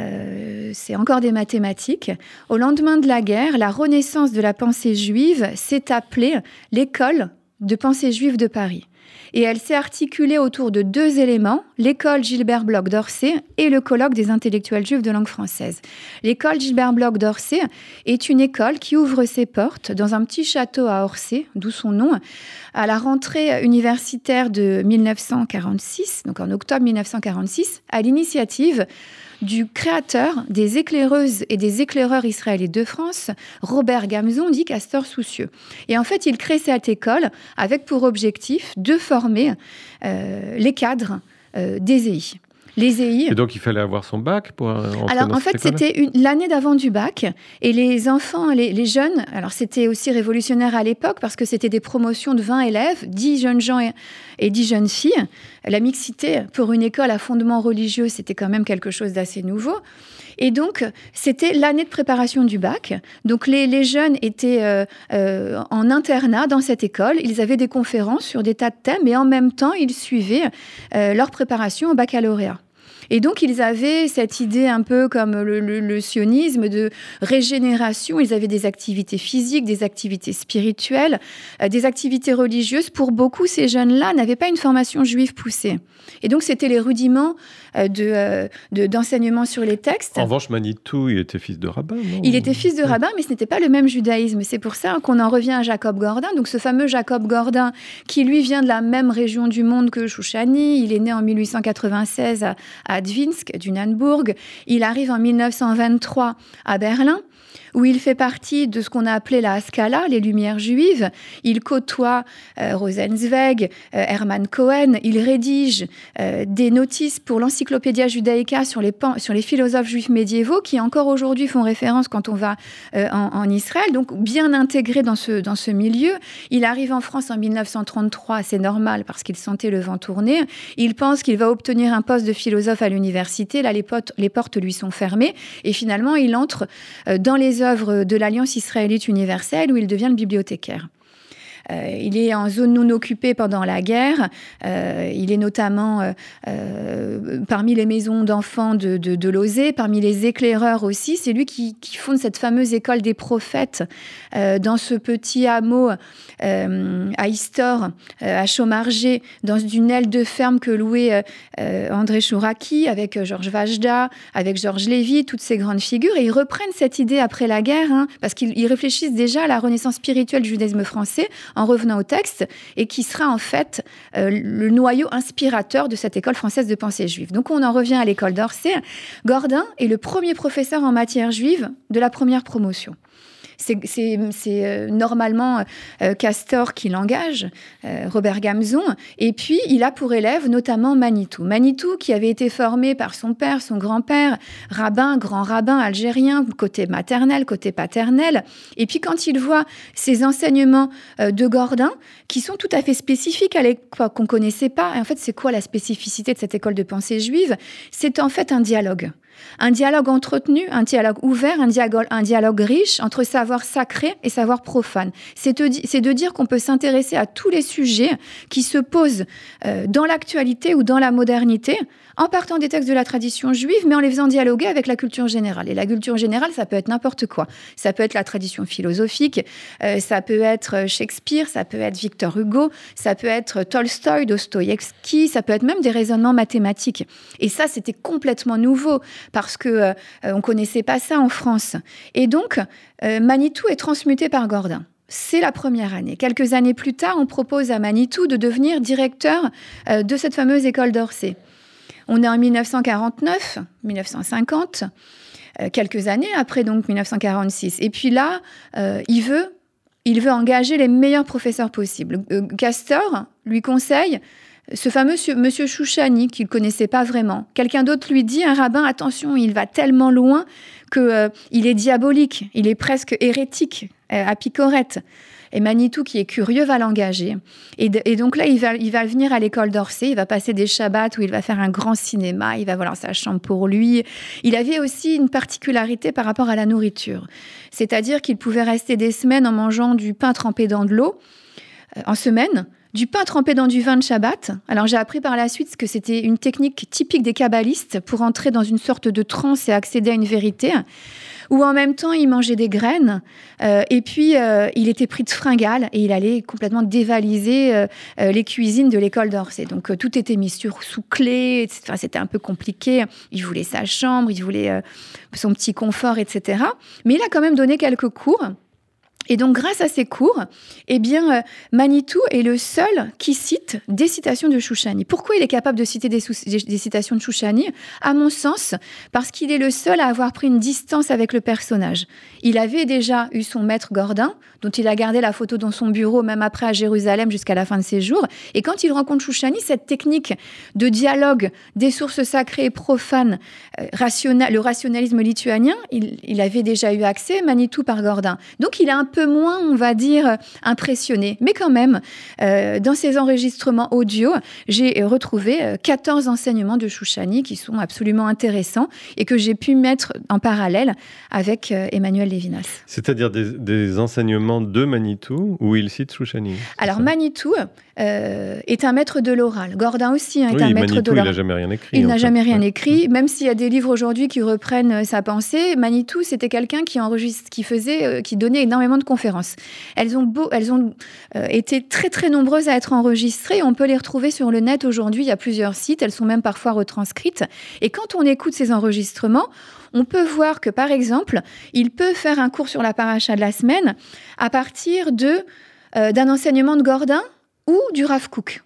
euh, c'est encore des mathématiques. Au lendemain de la guerre, la renaissance de la pensée juive s'est appelée l'école de pensée juive de Paris. Et elle s'est articulée autour de deux éléments, l'école Gilbert Bloch d'Orsay et le colloque des intellectuels juifs de langue française. L'école Gilbert Bloch d'Orsay est une école qui ouvre ses portes dans un petit château à Orsay, d'où son nom, à la rentrée universitaire de mille neuf cent quarante-six, donc en octobre mille neuf cent quarante-six, à l'initiative du créateur des éclaireuses et des éclaireurs israéliens de France, Robert Gamzon, dit Castor Soucieux. Et en fait, il crée cette école avec pour objectif de former euh, les cadres euh, des E I. Les E I. Et donc, il fallait avoir son bac pour entrer Alors, dans en cette fait, école ? c'était une, l'année d'avant du bac. Et les enfants, les, les jeunes, alors c'était aussi révolutionnaire à l'époque parce que c'était des promotions de vingt élèves, dix jeunes gens et, et dix jeunes filles. La mixité pour une école à fondement religieux, c'était quand même quelque chose d'assez nouveau. Et donc, c'était l'année de préparation du bac. Donc, les, les jeunes étaient euh, euh, en internat dans cette école. Ils avaient des conférences sur des tas de thèmes et en même temps, ils suivaient euh, leur préparation au baccalauréat. Et donc, ils avaient cette idée un peu comme le, le, le sionisme de régénération. Ils avaient des activités physiques, des activités spirituelles, euh, des activités religieuses. Pour beaucoup, ces jeunes-là n'avaient pas une formation juive poussée. Et donc, c'était les rudiments euh, de, euh, de, d'enseignement sur les textes. En revanche, Manitou, il était fils de rabbin, non ? Il était fils de rabbin, mais ce n'était pas le même judaïsme. C'est pour ça qu'on en revient à Jacob Gordin. Donc, ce fameux Jacob Gordin, qui lui vient de la même région du monde que Shoushani. Il est né en mille huit cent quatre-vingt-seize à, à Dvinsk, du Naumbourg. Il arrive en mille neuf cent vingt-trois à Berlin, où il fait partie de ce qu'on a appelé la Haskalah, les Lumières juives. Il côtoie euh, Rosenzweig, euh, Hermann Cohen. Il rédige euh, des notices pour l'Encyclopédia Judaica sur les, pan- sur les philosophes juifs médiévaux qui encore aujourd'hui font référence quand on va euh, en, en Israël. Donc bien intégré dans ce, dans ce milieu. Il arrive en France en mille neuf cent trente-trois, c'est normal parce qu'il sentait le vent tourner. Il pense qu'il va obtenir un poste de philosophe à l'université. Là, les, potes, les portes lui sont fermées. Et finalement, il entre euh, dans les œuvres de l'Alliance israélite universelle où il devient le bibliothécaire. Euh, il est en zone non occupée pendant la guerre. Euh, il est notamment euh, euh, parmi les maisons d'enfants de, de, de Lauzet, parmi les éclaireurs aussi. C'est lui qui, qui fonde cette fameuse école des prophètes euh, dans ce petit hameau euh, à Istor, euh, à Chaumargé, dans une aile de ferme que louait euh, André Chouraki, avec euh, Georges Vajda, avec Georges Lévy, toutes ces grandes figures. Et ils reprennent cette idée après la guerre, hein, parce qu'ils ils réfléchissent déjà à la renaissance spirituelle du judaïsme français en revenant au texte, et qui sera en fait euh, le noyau inspirateur de cette école française de pensée juive. Donc on en revient à l'école d'Orsay. Gordin est le premier professeur en matière juive de la première promotion. C'est, c'est, c'est euh, normalement euh, Castor qui l'engage, euh, Robert Gamzon, et puis il a pour élève notamment Manitou. Manitou qui avait été formé par son père, son grand-père, rabbin, grand rabbin algérien, côté maternel, côté paternel, et puis quand il voit ces enseignements euh, de Gordin, qui sont tout à fait spécifiques à l'époque, qu'on ne connaissait pas, et en fait c'est quoi la spécificité de cette école de pensée juive ? C'est en fait un dialogue. Un dialogue entretenu, un dialogue ouvert, un dialogue, un dialogue riche entre savoir sacré et savoir profane. C'est de, c'est de dire qu'on peut s'intéresser à tous les sujets qui se posent euh, dans l'actualité ou dans la modernité, en partant des textes de la tradition juive, mais en les faisant dialoguer avec la culture générale. Et la culture générale, ça peut être n'importe quoi. Ça peut être la tradition philosophique, euh, ça peut être Shakespeare, ça peut être Victor Hugo, ça peut être Tolstoï, Dostoïevski, ça peut être même des raisonnements mathématiques. Et ça, c'était complètement nouveau, parce qu'on euh, ne connaissait pas ça en France. Et donc, euh, Manitou est transmuté par Gordin. C'est la première année. Quelques années plus tard, on propose à Manitou de devenir directeur euh, de cette fameuse école d'Orsay. On est en dix-neuf cent quarante-neuf, dix-neuf cent cinquante, euh, quelques années après, donc dix-neuf cent quarante-six. Et puis là, euh, il veut, il veut engager les meilleurs professeurs possibles. Euh, Castor lui conseille ce fameux monsieur Chouchani, qu'il ne connaissait pas vraiment. Quelqu'un d'autre lui dit, un rabbin, attention, il va tellement loin qu'il euh, est diabolique, il est presque hérétique, euh, à picorette. Et Manitou, qui est curieux, va l'engager. Et, de, et donc là, il va, il va venir à l'école d'Orsay, il va passer des Shabbats où il va faire un grand cinéma, il va avoir sa chambre pour lui. Il avait aussi une particularité par rapport à la nourriture. C'est-à-dire qu'il pouvait rester des semaines en mangeant du pain trempé dans de l'eau, euh, en semaine, du pain trempé dans du vin de Shabbat. Alors j'ai appris par la suite que c'était une technique typique des kabbalistes pour entrer dans une sorte de transe et accéder à une vérité. Ou en même temps, il mangeait des graines, euh, et puis euh, il était pris de fringales, et il allait complètement dévaliser euh, euh, les cuisines de l'école d'Orsay. Donc euh, tout était mis sur, sous clé, et cetera. C'était un peu compliqué. Il voulait sa chambre, il voulait euh, son petit confort, et cetera. Mais il a quand même donné quelques cours. Et donc, grâce à ces cours, eh bien, euh, Manitou est le seul qui cite des citations de Chouchani. Pourquoi il est capable de citer des, sou- des, des citations de Chouchani ? À mon sens, parce qu'il est le seul à avoir pris une distance avec le personnage. Il avait déjà eu son maître Gordin, dont il a gardé la photo dans son bureau, même après à Jérusalem, jusqu'à la fin de ses jours. Et quand il rencontre Chouchani, cette technique de dialogue des sources sacrées et profanes, euh, rationnel, le rationalisme lituanien, il, il avait déjà eu accès, Manitou par Gordin. Donc, il a un peu peu moins, on va dire, impressionné. Mais quand même, euh, dans ces enregistrements audio, j'ai retrouvé quatorze enseignements de Chouchani qui sont absolument intéressants et que j'ai pu mettre en parallèle avec euh, Emmanuel Lévinas. C'est-à-dire des, des enseignements de Manitou où il cite Chouchani. Alors, Manitou euh, est un maître de l'oral. Gordin aussi hein, est oui, un maître Manitou, de l'oral. il n'a jamais rien écrit. Il n'a fait. jamais rien ouais. écrit, même s'il y a des livres aujourd'hui qui reprennent sa pensée. Manitou, c'était quelqu'un qui enregistre, qui faisait, euh, qui donnait énormément de conférences. Elles ont, beau, elles ont euh, été très très nombreuses à être enregistrées. On peut les retrouver sur le net aujourd'hui. Il y a plusieurs sites. Elles sont même parfois retranscrites. Et quand on écoute ces enregistrements, on peut voir que, par exemple, il peut faire un cours sur la paracha de la semaine à partir de, euh, d'un enseignement de Gordin ou du Rav Kook.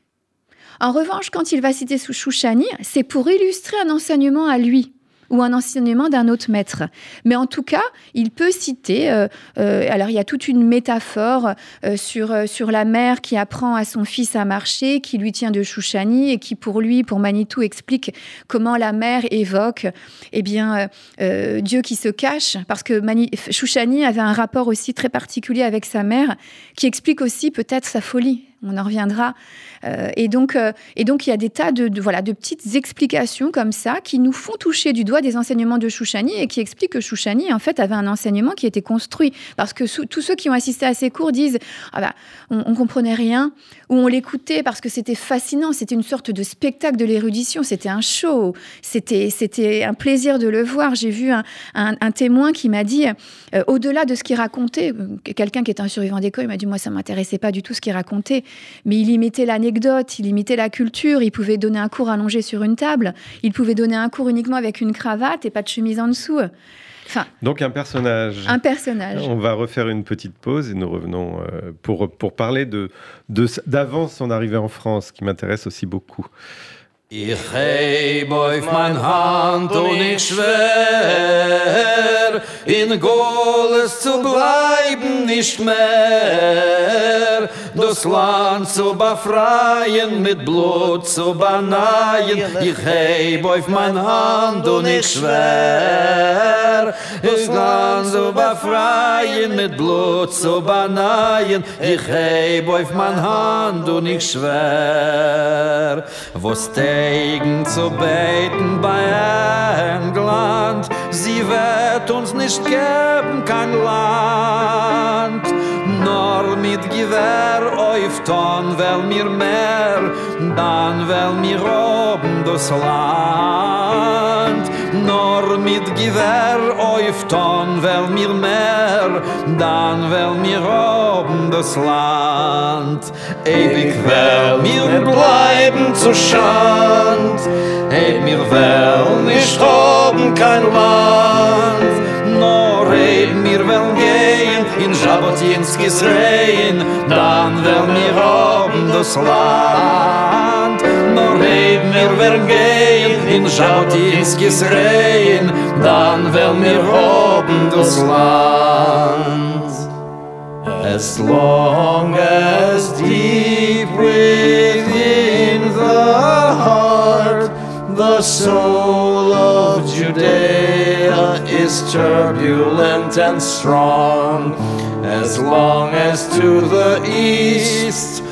En revanche, quand il va citer Chouchani, c'est pour illustrer un enseignement à lui ou un enseignement d'un autre maître. Mais en tout cas, il peut citer... Euh, euh, alors, il y a toute une métaphore euh, sur, euh, sur la mère qui apprend à son fils à marcher, qui lui tient de Chouchani et qui, pour lui, pour Manitou, explique comment la mère évoque eh bien, euh, euh, Dieu qui se cache. Parce que Mani- Chouchani avait un rapport aussi très particulier avec sa mère, qui explique aussi peut-être sa folie. On en reviendra. Euh, et, donc, euh, et donc, il y a des tas de, de, voilà, de petites explications comme ça qui nous font toucher du doigt des enseignements de Shoushani et qui expliquent que Shoushani, en fait, avait un enseignement qui était construit. Parce que sous, tous ceux qui ont assisté à ces cours disent ah bah, on, on comprenait rien, ou on l'écoutait parce que c'était fascinant, c'était une sorte de spectacle de l'érudition, c'était un show, c'était, c'était un plaisir de le voir. J'ai vu un, un, un témoin qui m'a dit, euh, au-delà de ce qu'il racontait, euh, quelqu'un qui était un survivant d'école, il m'a dit, moi, ça ne m'intéressait pas du tout ce qu'il racontait, mais il imitait l'anecdote, il imitait la culture, il pouvait donner un cours allongé sur une table, il pouvait donner un cours uniquement avec une cravate et pas de chemise en dessous. Enfin, donc un personnage. Un personnage. On va refaire une petite pause et nous revenons euh, pour, pour parler de, de, d'avant son arrivée en France, qui m'intéresse aussi beaucoup. Ich heb auf mein Hand und ich schwör, in Goles zu bleiben nicht mehr, das Land zu befreien, mit Blut zu beneien. Ich heb auf mein Hand und ich schwör, das Land zu befreien, mit Blut zu beneien. Ich heb auf mein Hand und ich schwör, was der Regen zu beten bei England, sie wird uns nicht geben, kein Land. Nur mit Gewehr auf Ton will mir mehr, dann will mir oben das Land. Nur mit Gewehr auf Ton will mir mehr, dann will mir oben das Land. Ewig will mir bleiben zu Schand, eb mir will nicht oben kein Land. Nur eb mir will gehen in Jabotinskis Rhein, dann will mir oben das Land. Nur eb mir will gehen in Jabotinskis Rhein, dann will mir oben das Land. As long as deep within the heart the soul of Judea is turbulent and strong, as long as to the east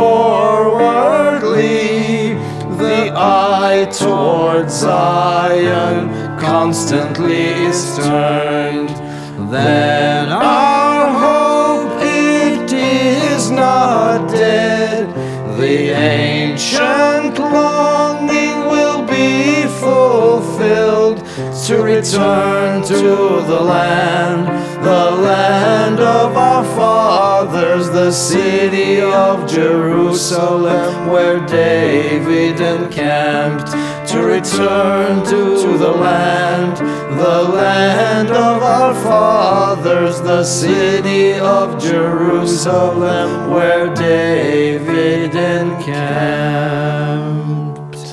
forwardly the eye towards Zion constantly is turned, then our hope it is not dead. The ancient longing will be fulfilled to return to the land, the land of our fathers, the city of Jerusalem where David encamped. To return to the land, the land of our fathers, the city of Jerusalem where David encamped.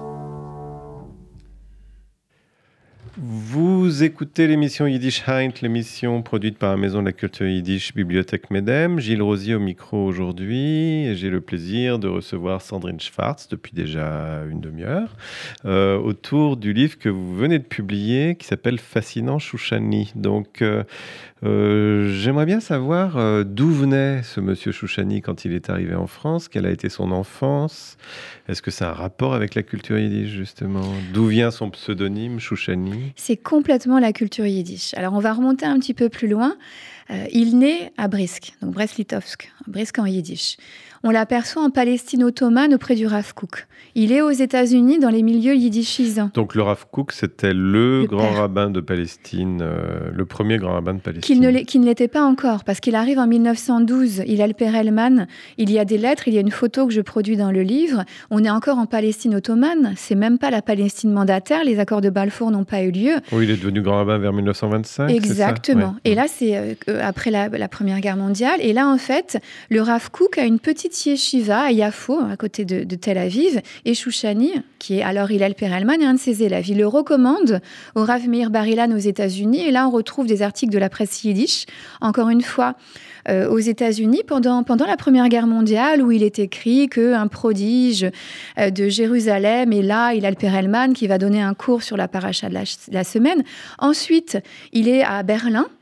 Vous écoutez l'émission Yiddish Heint, l'émission produite par la Maison de la Culture Yiddish, Bibliothèque Medem. Gilles Rosier au micro aujourd'hui. Et j'ai le plaisir de recevoir Sandrine Schwartz depuis déjà une demi-heure euh, autour du livre que vous venez de publier qui s'appelle Fascinant Shoushani. Donc, euh, euh, j'aimerais bien savoir euh, d'où venait ce monsieur Shoushani quand il est arrivé en France, quelle a été son enfance. Est-ce que c'est un rapport avec la culture yiddish, justement ? D'où vient son pseudonyme, Shoushani ? C'est complètement la culture yiddish. Alors, on va remonter un petit peu plus loin. Euh, il naît à Brisk, donc Brest-Litovsk, Brisk en yiddish. On l'aperçoit en Palestine ottomane auprès du Rav Kook. Il est aux États-Unis dans les milieux yiddishisants. Donc le Rav Kook, c'était le, le grand père. rabbin de Palestine, euh, le premier grand rabbin de Palestine. Qu'il ne, l'est, qu'il ne l'était pas encore, parce qu'il arrive en mille neuf cent douze. Il a le père Hellman. Il y a des lettres, il y a une photo que je produis dans le livre. On est encore en Palestine ottomane. C'est même pas la Palestine mandataire. Les accords de Balfour n'ont pas eu lieu. Oui, il est devenu grand rabbin vers mille neuf cent vingt-cinq. Exactement. C'est ça ? Ouais. Et là, c'est euh, après la, la Première Guerre mondiale. Et là, en fait, le Rav Kook a une petite yeshiva à Yafo, à côté de, de Tel Aviv, et Shoushani, qui est alors Hillel Perelman, est un de ses élèves. Il le recommande au Rav Meir Bar-Ilan aux États-Unis, et là on retrouve des articles de la presse yiddish, encore une fois euh, aux États-Unis, pendant, pendant la Première Guerre mondiale, où il est écrit qu'un prodige euh, de Jérusalem est là, Hillel Perelman, qui va donner un cours sur la paracha de la, la semaine. Ensuite, il est à Berlin,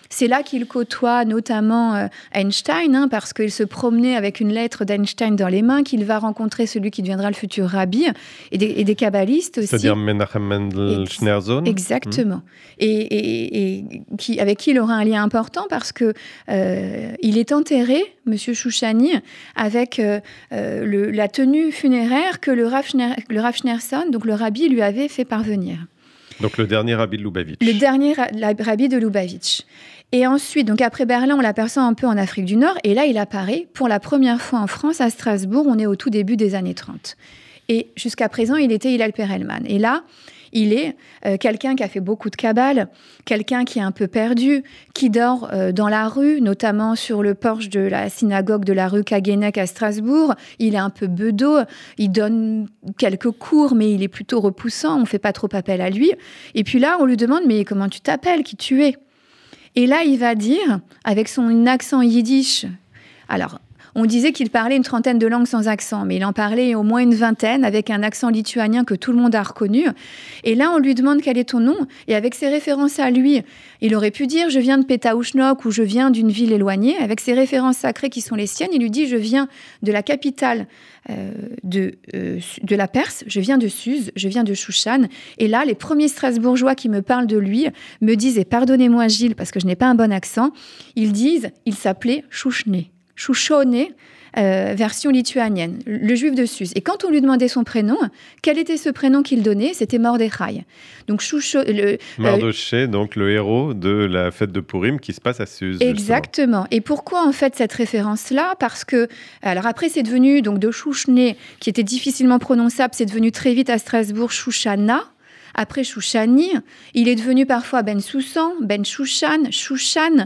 C'est là qu'il côtoie notamment euh, Einstein, hein, parce qu'il se promenait avec une lettre d'Einstein dans les mains, qu'il va rencontrer celui qui deviendra le futur rabbi, et des, et des kabbalistes aussi. C'est-à-dire Menachem Mendel Ex- Schneersohn. Exactement. Mmh. Et, et, et qui, avec qui il aura un lien important parce que euh, il est enterré, Monsieur Chouchani, avec euh, euh, le, la tenue funéraire que le Rav, Schneer, le Rav Schneersohn, donc le rabbi, lui avait fait parvenir. Donc le dernier rabbi de Lubavitch. Le dernier ra- rabbi de Lubavitch. Et ensuite, donc après Berlin, on l'aperçoit un peu en Afrique du Nord, et là, il apparaît pour la première fois en France, à Strasbourg. On est au tout début des années trente. Et jusqu'à présent, il était Hillel Perelman. Et là, il est euh, quelqu'un qui a fait beaucoup de cabale, quelqu'un qui est un peu perdu, qui dort euh, dans la rue, notamment sur le porche de la synagogue de la rue Kagenek à Strasbourg. Il est un peu bedeau, il donne quelques cours, mais il est plutôt repoussant, on ne fait pas trop appel à lui. Et puis là, on lui demande « Mais comment tu t'appelles, qui tu es ?» Et là, il va dire, avec son accent yiddish, alors... On disait qu'il parlait une trentaine de langues sans accent, mais il en parlait au moins une vingtaine avec un accent lituanien que tout le monde a reconnu. Et là, on lui demande quel est ton nom. Et avec ses références à lui, il aurait pu dire « je viens de Pétaouchnok » ou « je viens d'une ville éloignée ». Avec ses références sacrées qui sont les siennes, il lui dit « je viens de la capitale euh, de, euh, de la Perse, je viens de Suse, je viens de Shushan ». Et là, les premiers Strasbourgeois qui me parlent de lui me disent, et pardonnez-moi Gilles parce que je n'ai pas un bon accent, ils disent « il s'appelait Chouchné ». Chouchoné, euh, version lituanienne, le juif de Suse. Et quand on lui demandait son prénom, quel était ce prénom qu'il donnait ? C'était Mordechai. Donc Choucho, le, Mardoché, euh, donc le héros de la fête de Purim qui se passe à Suse. Exactement. Justement. Et pourquoi en fait cette référence-là ? Parce que, alors après c'est devenu, donc de Chouchné, qui était difficilement prononçable, c'est devenu très vite à Strasbourg Chouchana. Après Chouchani, il est devenu parfois Ben Soussan, Ben Chouchan, Chouchan,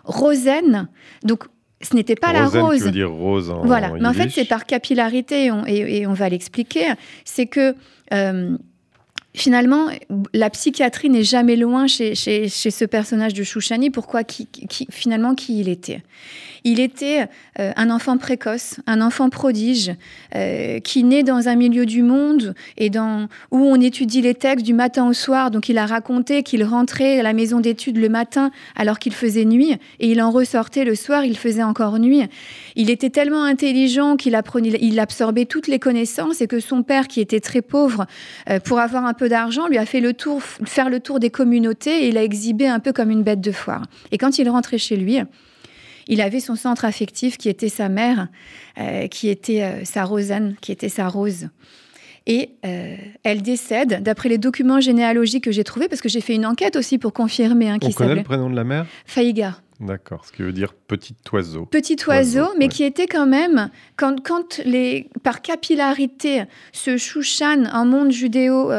Rosen. Donc ce n'était pas Rosen, la rose. Qui veut dire rose en Voilà, en mais en fait, c'est par capillarité, et on, et, et on va l'expliquer. C'est que euh, finalement, la psychiatrie n'est jamais loin chez, chez, chez ce personnage de Chouchani. Pourquoi qui, qui, finalement, qui il était ? Il était euh, un enfant précoce, un enfant prodige, euh, qui naît dans un milieu du monde et dans, où on étudie les textes du matin au soir. Donc il a raconté qu'il rentrait à la maison d'études le matin alors qu'il faisait nuit, et il en ressortait le soir, il faisait encore nuit. Il était tellement intelligent qu'il apprenait, il absorbait toutes les connaissances, et que son père, qui était très pauvre, euh, pour avoir un peu d'argent, lui a fait le tour, faire le tour des communautés, et il l'a exhibé un peu comme une bête de foire. Et quand il rentrait chez lui, il avait son centre affectif qui était sa mère, euh, qui était euh, sa Rosanne, qui était sa Rose. Et euh, elle décède, d'après les documents généalogiques que j'ai trouvés, parce que j'ai fait une enquête aussi pour confirmer. Hein, qui On connaît s'appelait le prénom de la mère ? Faïga. D'accord, ce qui veut dire petit oiseau. Petit oiseau, oiseau mais ouais. Qui était quand même, quand, quand les, par capillarité, ce Shushan, un monde judéo-arabe,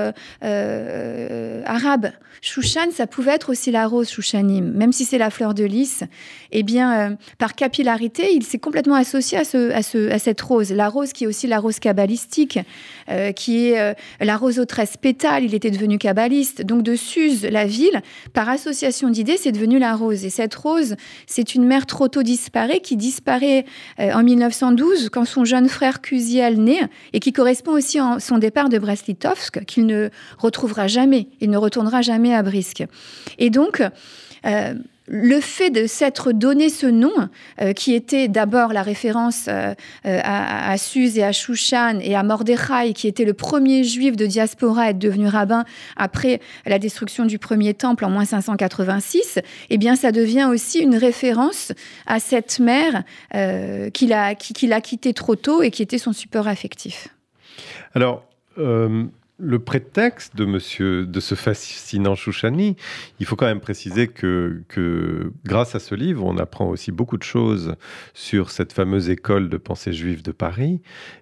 euh, euh, Shushan, ça pouvait être aussi la rose Shushanim, même si c'est la fleur de lys, eh bien, euh, par capillarité, il s'est complètement associé à, ce, à, ce, à cette rose. La rose qui est aussi la rose kabbalistique, euh, qui est euh, la rose aux treize pétales, il était devenu kabbaliste. Donc de Suse, la ville, par association d'idées, c'est devenu la rose. Et cette rose, c'est une mère trop tôt disparue, qui disparaît euh, en mille neuf cent douze, quand son jeune frère Kuziel naît, et qui correspond aussi à son départ de Brest-Litovsk, qu'il ne retrouvera jamais. Il ne retournera jamais à Brisk. Et donc, euh, le fait de s'être donné ce nom, euh, qui était d'abord la référence euh, à, à Suse et à Shushan et à Mordechai, qui était le premier juif de diaspora à être devenu rabbin après la destruction du premier temple en moins cinq cent quatre-vingt-six, eh bien, ça devient aussi une référence à cette mère euh, qu'il a, qui, qu'il a quittée trop tôt et qui était son support affectif. Alors, euh... le prétexte de, monsieur, de ce fascinant Chouchani, il faut quand même préciser que, que grâce à ce livre, on apprend aussi beaucoup de choses sur cette fameuse école de pensée juive de Paris.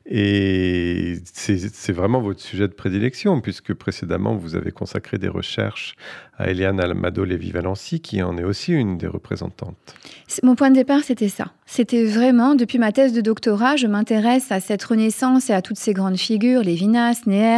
Et c'est, c'est vraiment votre sujet de prédilection, puisque précédemment, vous avez consacré des recherches à Eliane Almado-Lévy-Valency, qui en est aussi une des représentantes. Mon point de départ, c'était ça. C'était vraiment, depuis ma thèse de doctorat, je m'intéresse à cette renaissance et à toutes ces grandes figures, Lévinas, Neher, Manitou,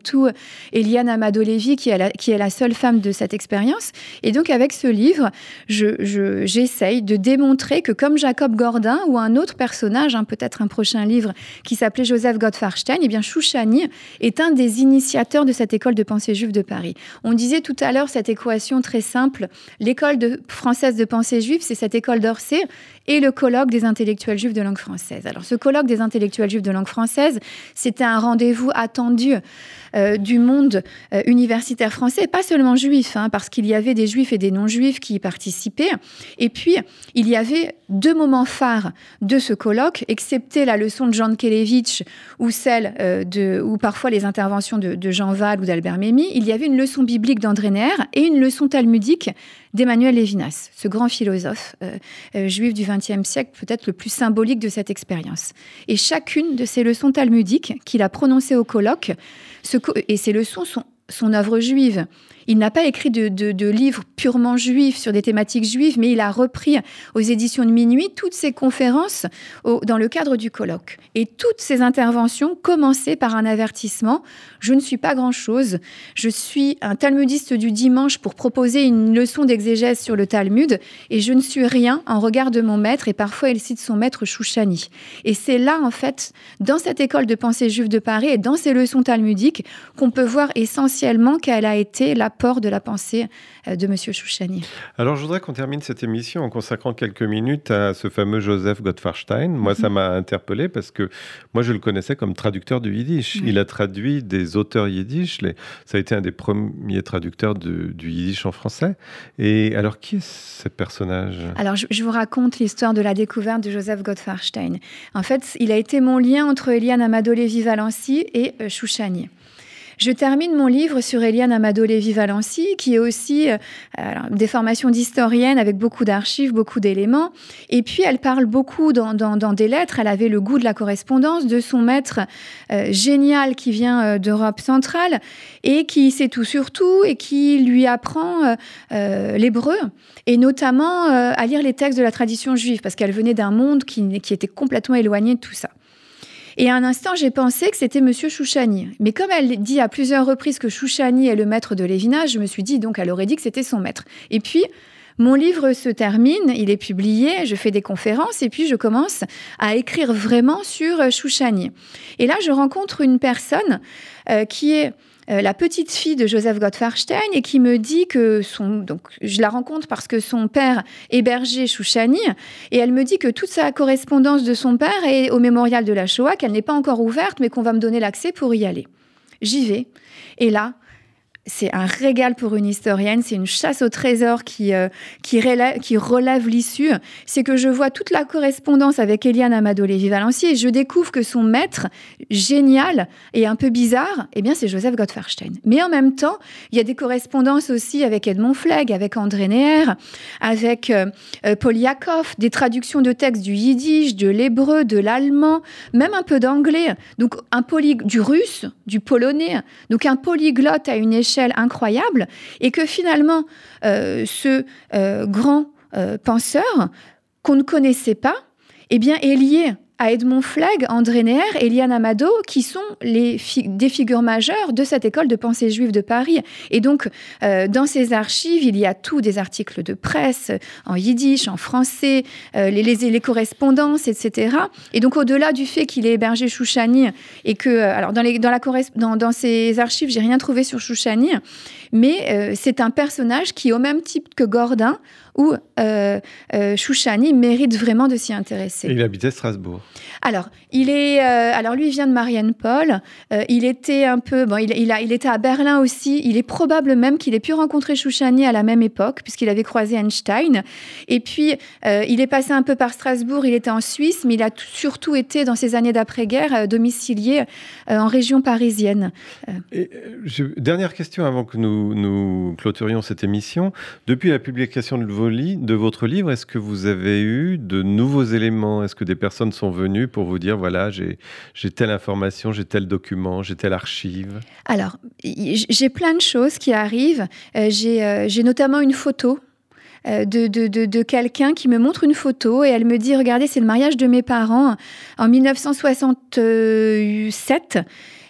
surtout Eliane Amado-Lévy, qui est, la, qui est la seule femme de cette expérience. Et donc, avec ce livre, je, je, j'essaye de démontrer que, comme Jacob Gordin ou un autre personnage, hein, peut-être un prochain livre qui s'appelait Joseph Gottfarstein, eh bien, Chouchani est un des initiateurs de cette école de pensée juive de Paris. On disait tout à l'heure cette équation très simple. L'école de, française de pensée juive, c'est cette école d'Orsay et le colloque des intellectuels juifs de langue française. Alors, ce colloque des intellectuels juifs de langue française, c'était un rendez-vous attendu euh, du monde euh, universitaire français, pas seulement juif, hein, parce qu'il y avait des juifs et des non-juifs qui y participaient. Et puis, il y avait deux moments phares de ce colloque, excepté la leçon de Jean Kelevitch ou celle euh, de, ou parfois les interventions de, de Jean Val ou d'Albert Memmi. Il y avait une leçon biblique d'André Neher et une leçon talmudique d'Emmanuel Lévinas, ce grand philosophe euh, euh, juif du vingtième siècle, peut-être le plus symbolique de cette expérience. Et chacune de ces leçons talmudiques qu'il a prononcées au colloque, ce co- et ces leçons sont son œuvre juive. Il n'a pas écrit de, de, de livres purement juifs sur des thématiques juives, mais il a repris aux éditions de Minuit toutes ses conférences au, dans le cadre du colloque. Et toutes ces interventions commençaient par un avertissement. Je ne suis pas grand-chose. Je suis un talmudiste du dimanche pour proposer une leçon d'exégèse sur le Talmud, et je ne suis rien en regard de mon maître, et parfois il cite son maître Chouchani. Et c'est là, en fait, dans cette école de pensée juive de Paris et dans ces leçons talmudiques, qu'on peut voir essentiellement quelle a été la port de la pensée de M. Chouchani. Alors, je voudrais qu'on termine cette émission en consacrant quelques minutes à ce fameux Joseph Gottfarstein. Moi, mm-hmm. ça m'a interpellé parce que moi, je le connaissais comme traducteur du yiddish. Mm-hmm. Il a traduit des auteurs yiddish. Les... Ça a été un des premiers traducteurs de, du yiddish en français. Et alors, qui est ce personnage ? Alors, je, je vous raconte l'histoire de la découverte de Joseph Gottfarstein. En fait, il a été mon lien entre Eliane Amado-Lévy-Valency et euh, Chouchani. Je termine mon livre sur Eliane Amado-Lévy-Valency, qui est aussi euh, alors, des formations d'historienne avec beaucoup d'archives, beaucoup d'éléments. Et puis, elle parle beaucoup dans, dans, dans des lettres. Elle avait le goût de la correspondance, de son maître euh, génial qui vient euh, d'Europe centrale et qui sait tout sur tout et qui lui apprend euh, euh, l'hébreu et notamment euh, à lire les textes de la tradition juive parce qu'elle venait d'un monde qui, qui était complètement éloigné de tout ça. Et à un instant, j'ai pensé que c'était Monsieur Chouchani. Mais comme elle dit à plusieurs reprises que Chouchani est le maître de Lévinas, je me suis dit, donc elle aurait dit que c'était son maître. Et puis, mon livre se termine, il est publié, je fais des conférences et puis je commence à écrire vraiment sur Chouchani. Et là, je rencontre une personne euh, qui est Euh, la petite fille de Joseph Gottfarstein et qui me dit que son... Donc, je la rencontre parce que son père hébergeait Chouchani et elle me dit que toute sa correspondance de son père est au mémorial de la Shoah, qu'elle n'est pas encore ouverte, mais qu'on va me donner l'accès pour y aller. J'y vais. Et là, c'est un régal pour une historienne, c'est une chasse au trésor qui, euh, qui, relève, qui relève l'issue. C'est que je vois toute la correspondance avec Eliane Amado-Lévy-Valency et je découvre que son maître, génial et un peu bizarre, eh bien, c'est Joseph Gottfarstein. Mais en même temps, il y a des correspondances aussi avec Edmond Flegg, avec André Neher, avec euh, euh, Paul Yakov, des traductions de textes du yiddish, de l'hébreu, de l'allemand, même un peu d'anglais, donc un poly... du russe, du polonais, donc un polyglotte à une échelle incroyable, et que finalement, euh, ce euh, grand euh, penseur qu'on ne connaissait pas, eh bien, est lié à Edmond Flegg, André Neher et Eliane Amado, qui sont les fi- des figures majeures de cette école de pensée juive de Paris. Et donc, euh, dans ces archives, il y a tous des articles de presse, en yiddish, en français, euh, les, les, les correspondances, et cetera. Et donc, au-delà du fait qu'il ait hébergé Chouchani, et que, euh, alors, dans, les, dans, la corres- dans, dans ces archives, j'ai rien trouvé sur Chouchani, mais euh, c'est un personnage qui, au même type que Gordin, où euh, euh, Chouchani mérite vraiment de s'y intéresser. Et il habitait Strasbourg. Alors, il est, euh, alors lui, il vient de Marienpol. Euh, il était un peu, bon, il, il, a, il était à Berlin aussi. Il est probable même qu'il ait pu rencontrer Chouchani à la même époque, puisqu'il avait croisé Einstein. Et puis, euh, il est passé un peu par Strasbourg. Il était en Suisse, mais il a t- surtout été, dans ces années d'après-guerre, euh, domicilié euh, en région parisienne. Euh. Et, euh, je, dernière question avant que nous, nous clôturions cette émission. Depuis la publication de vos de votre livre, est-ce que vous avez eu de nouveaux éléments ? Est-ce que des personnes sont venues pour vous dire, voilà, j'ai, j'ai telle information, j'ai tel document, j'ai telle archive ? Alors, j'ai plein de choses qui arrivent. Euh, j'ai, euh, j'ai notamment une photo De, de, de, de quelqu'un qui me montre une photo et elle me dit, regardez, c'est le mariage de mes parents en dix-neuf cent soixante-sept.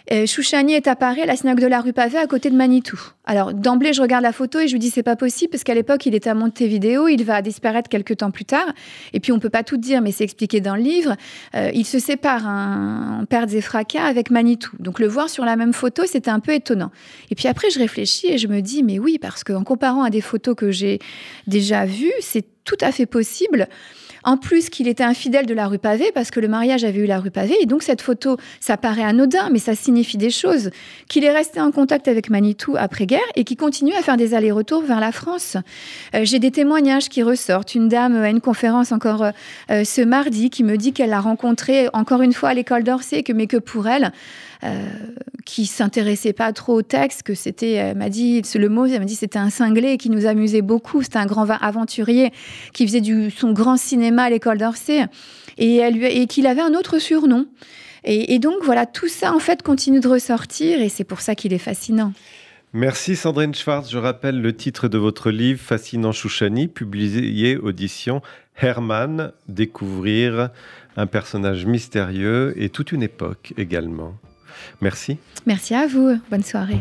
Euh, Chouchani est à Paris, à la synagogue de la rue Pavée, à côté de Manitou. Alors, d'emblée, je regarde la photo et je lui dis, c'est pas possible, parce qu'à l'époque, il était à Montevideo, il va disparaître quelques temps plus tard. Et puis, on peut pas tout dire, mais c'est expliqué dans le livre. Euh, il se sépare en pertes et fracas avec Manitou. Donc, le voir sur la même photo, c'était un peu étonnant. Et puis après, je réfléchis et je me dis, mais oui, parce qu'en comparant à des photos que j'ai déjà vues, c'est tout à fait possible. En plus qu'il était infidèle de la rue Pavée, parce que le mariage avait eu la rue Pavée, et donc cette photo, ça paraît anodin, mais ça signifie des choses. Qu'il est resté en contact avec Manitou après-guerre et qu'il continue à faire des allers-retours vers la France. Euh, j'ai des témoignages qui ressortent. Une dame à une conférence encore euh, ce mardi qui me dit qu'elle l'a rencontré encore une fois à l'école d'Orsay, que, mais que pour elle, euh, qui s'intéressait pas trop au texte, que c'était, elle m'a dit, c'est le mot, elle m'a dit, c'était un cinglé qui nous amusait beaucoup, c'était un grand aventurier qui faisait du, son grand cinéma à l'école d'Orsay, et, elle, et qu'il avait un autre surnom. Et, et donc, voilà, tout ça, en fait, continue de ressortir, et c'est pour ça qu'il est fascinant. Merci Sandrine Schwartz. Je rappelle le titre de votre livre, Fascinant Chouchani, publié audition Hermann, découvrir un personnage mystérieux et toute une époque également. Merci. Merci à vous. Bonne soirée.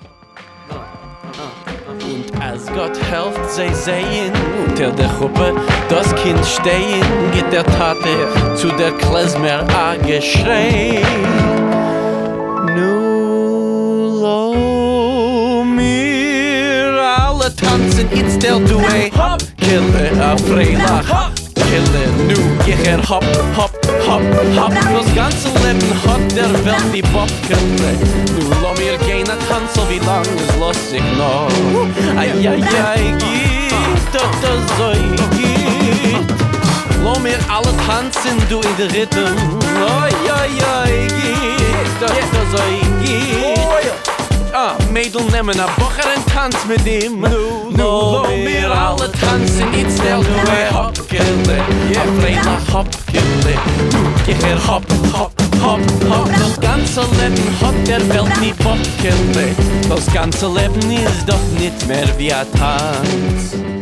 Und als Gott helft, sie sehen unter der Gruppe das Kind stehen, geht der Tate zu der Klezmer a Geschrei. Nu lo mir alle tanzen, it's der Duet, hop, kille a Freilach, kille nu, geher hop, hop, hop, hop. Das ganze Leben hat der Welt die Bobkille. Nu lo mir gehen a tanzen, wie lang es los sich noch. Ay, ay, ay, geht doch das so geht. Lo mir alle tanzen, du in der Rhythm. Ay, ay, ay, geht doch das so geht. Ah, Mädel nehmen a Bocher en tanz mit ihm. Nu, nu, lo mir alle tanzen, it's der Duet. Hop, kille, yeah, Freilach, hop, kille. Du, geher hop, hop, hop, hop. Das ganze Leben hat der Welt nie Bock, kille. Das ganze Leben ist doch nicht mehr wie ein Tanz.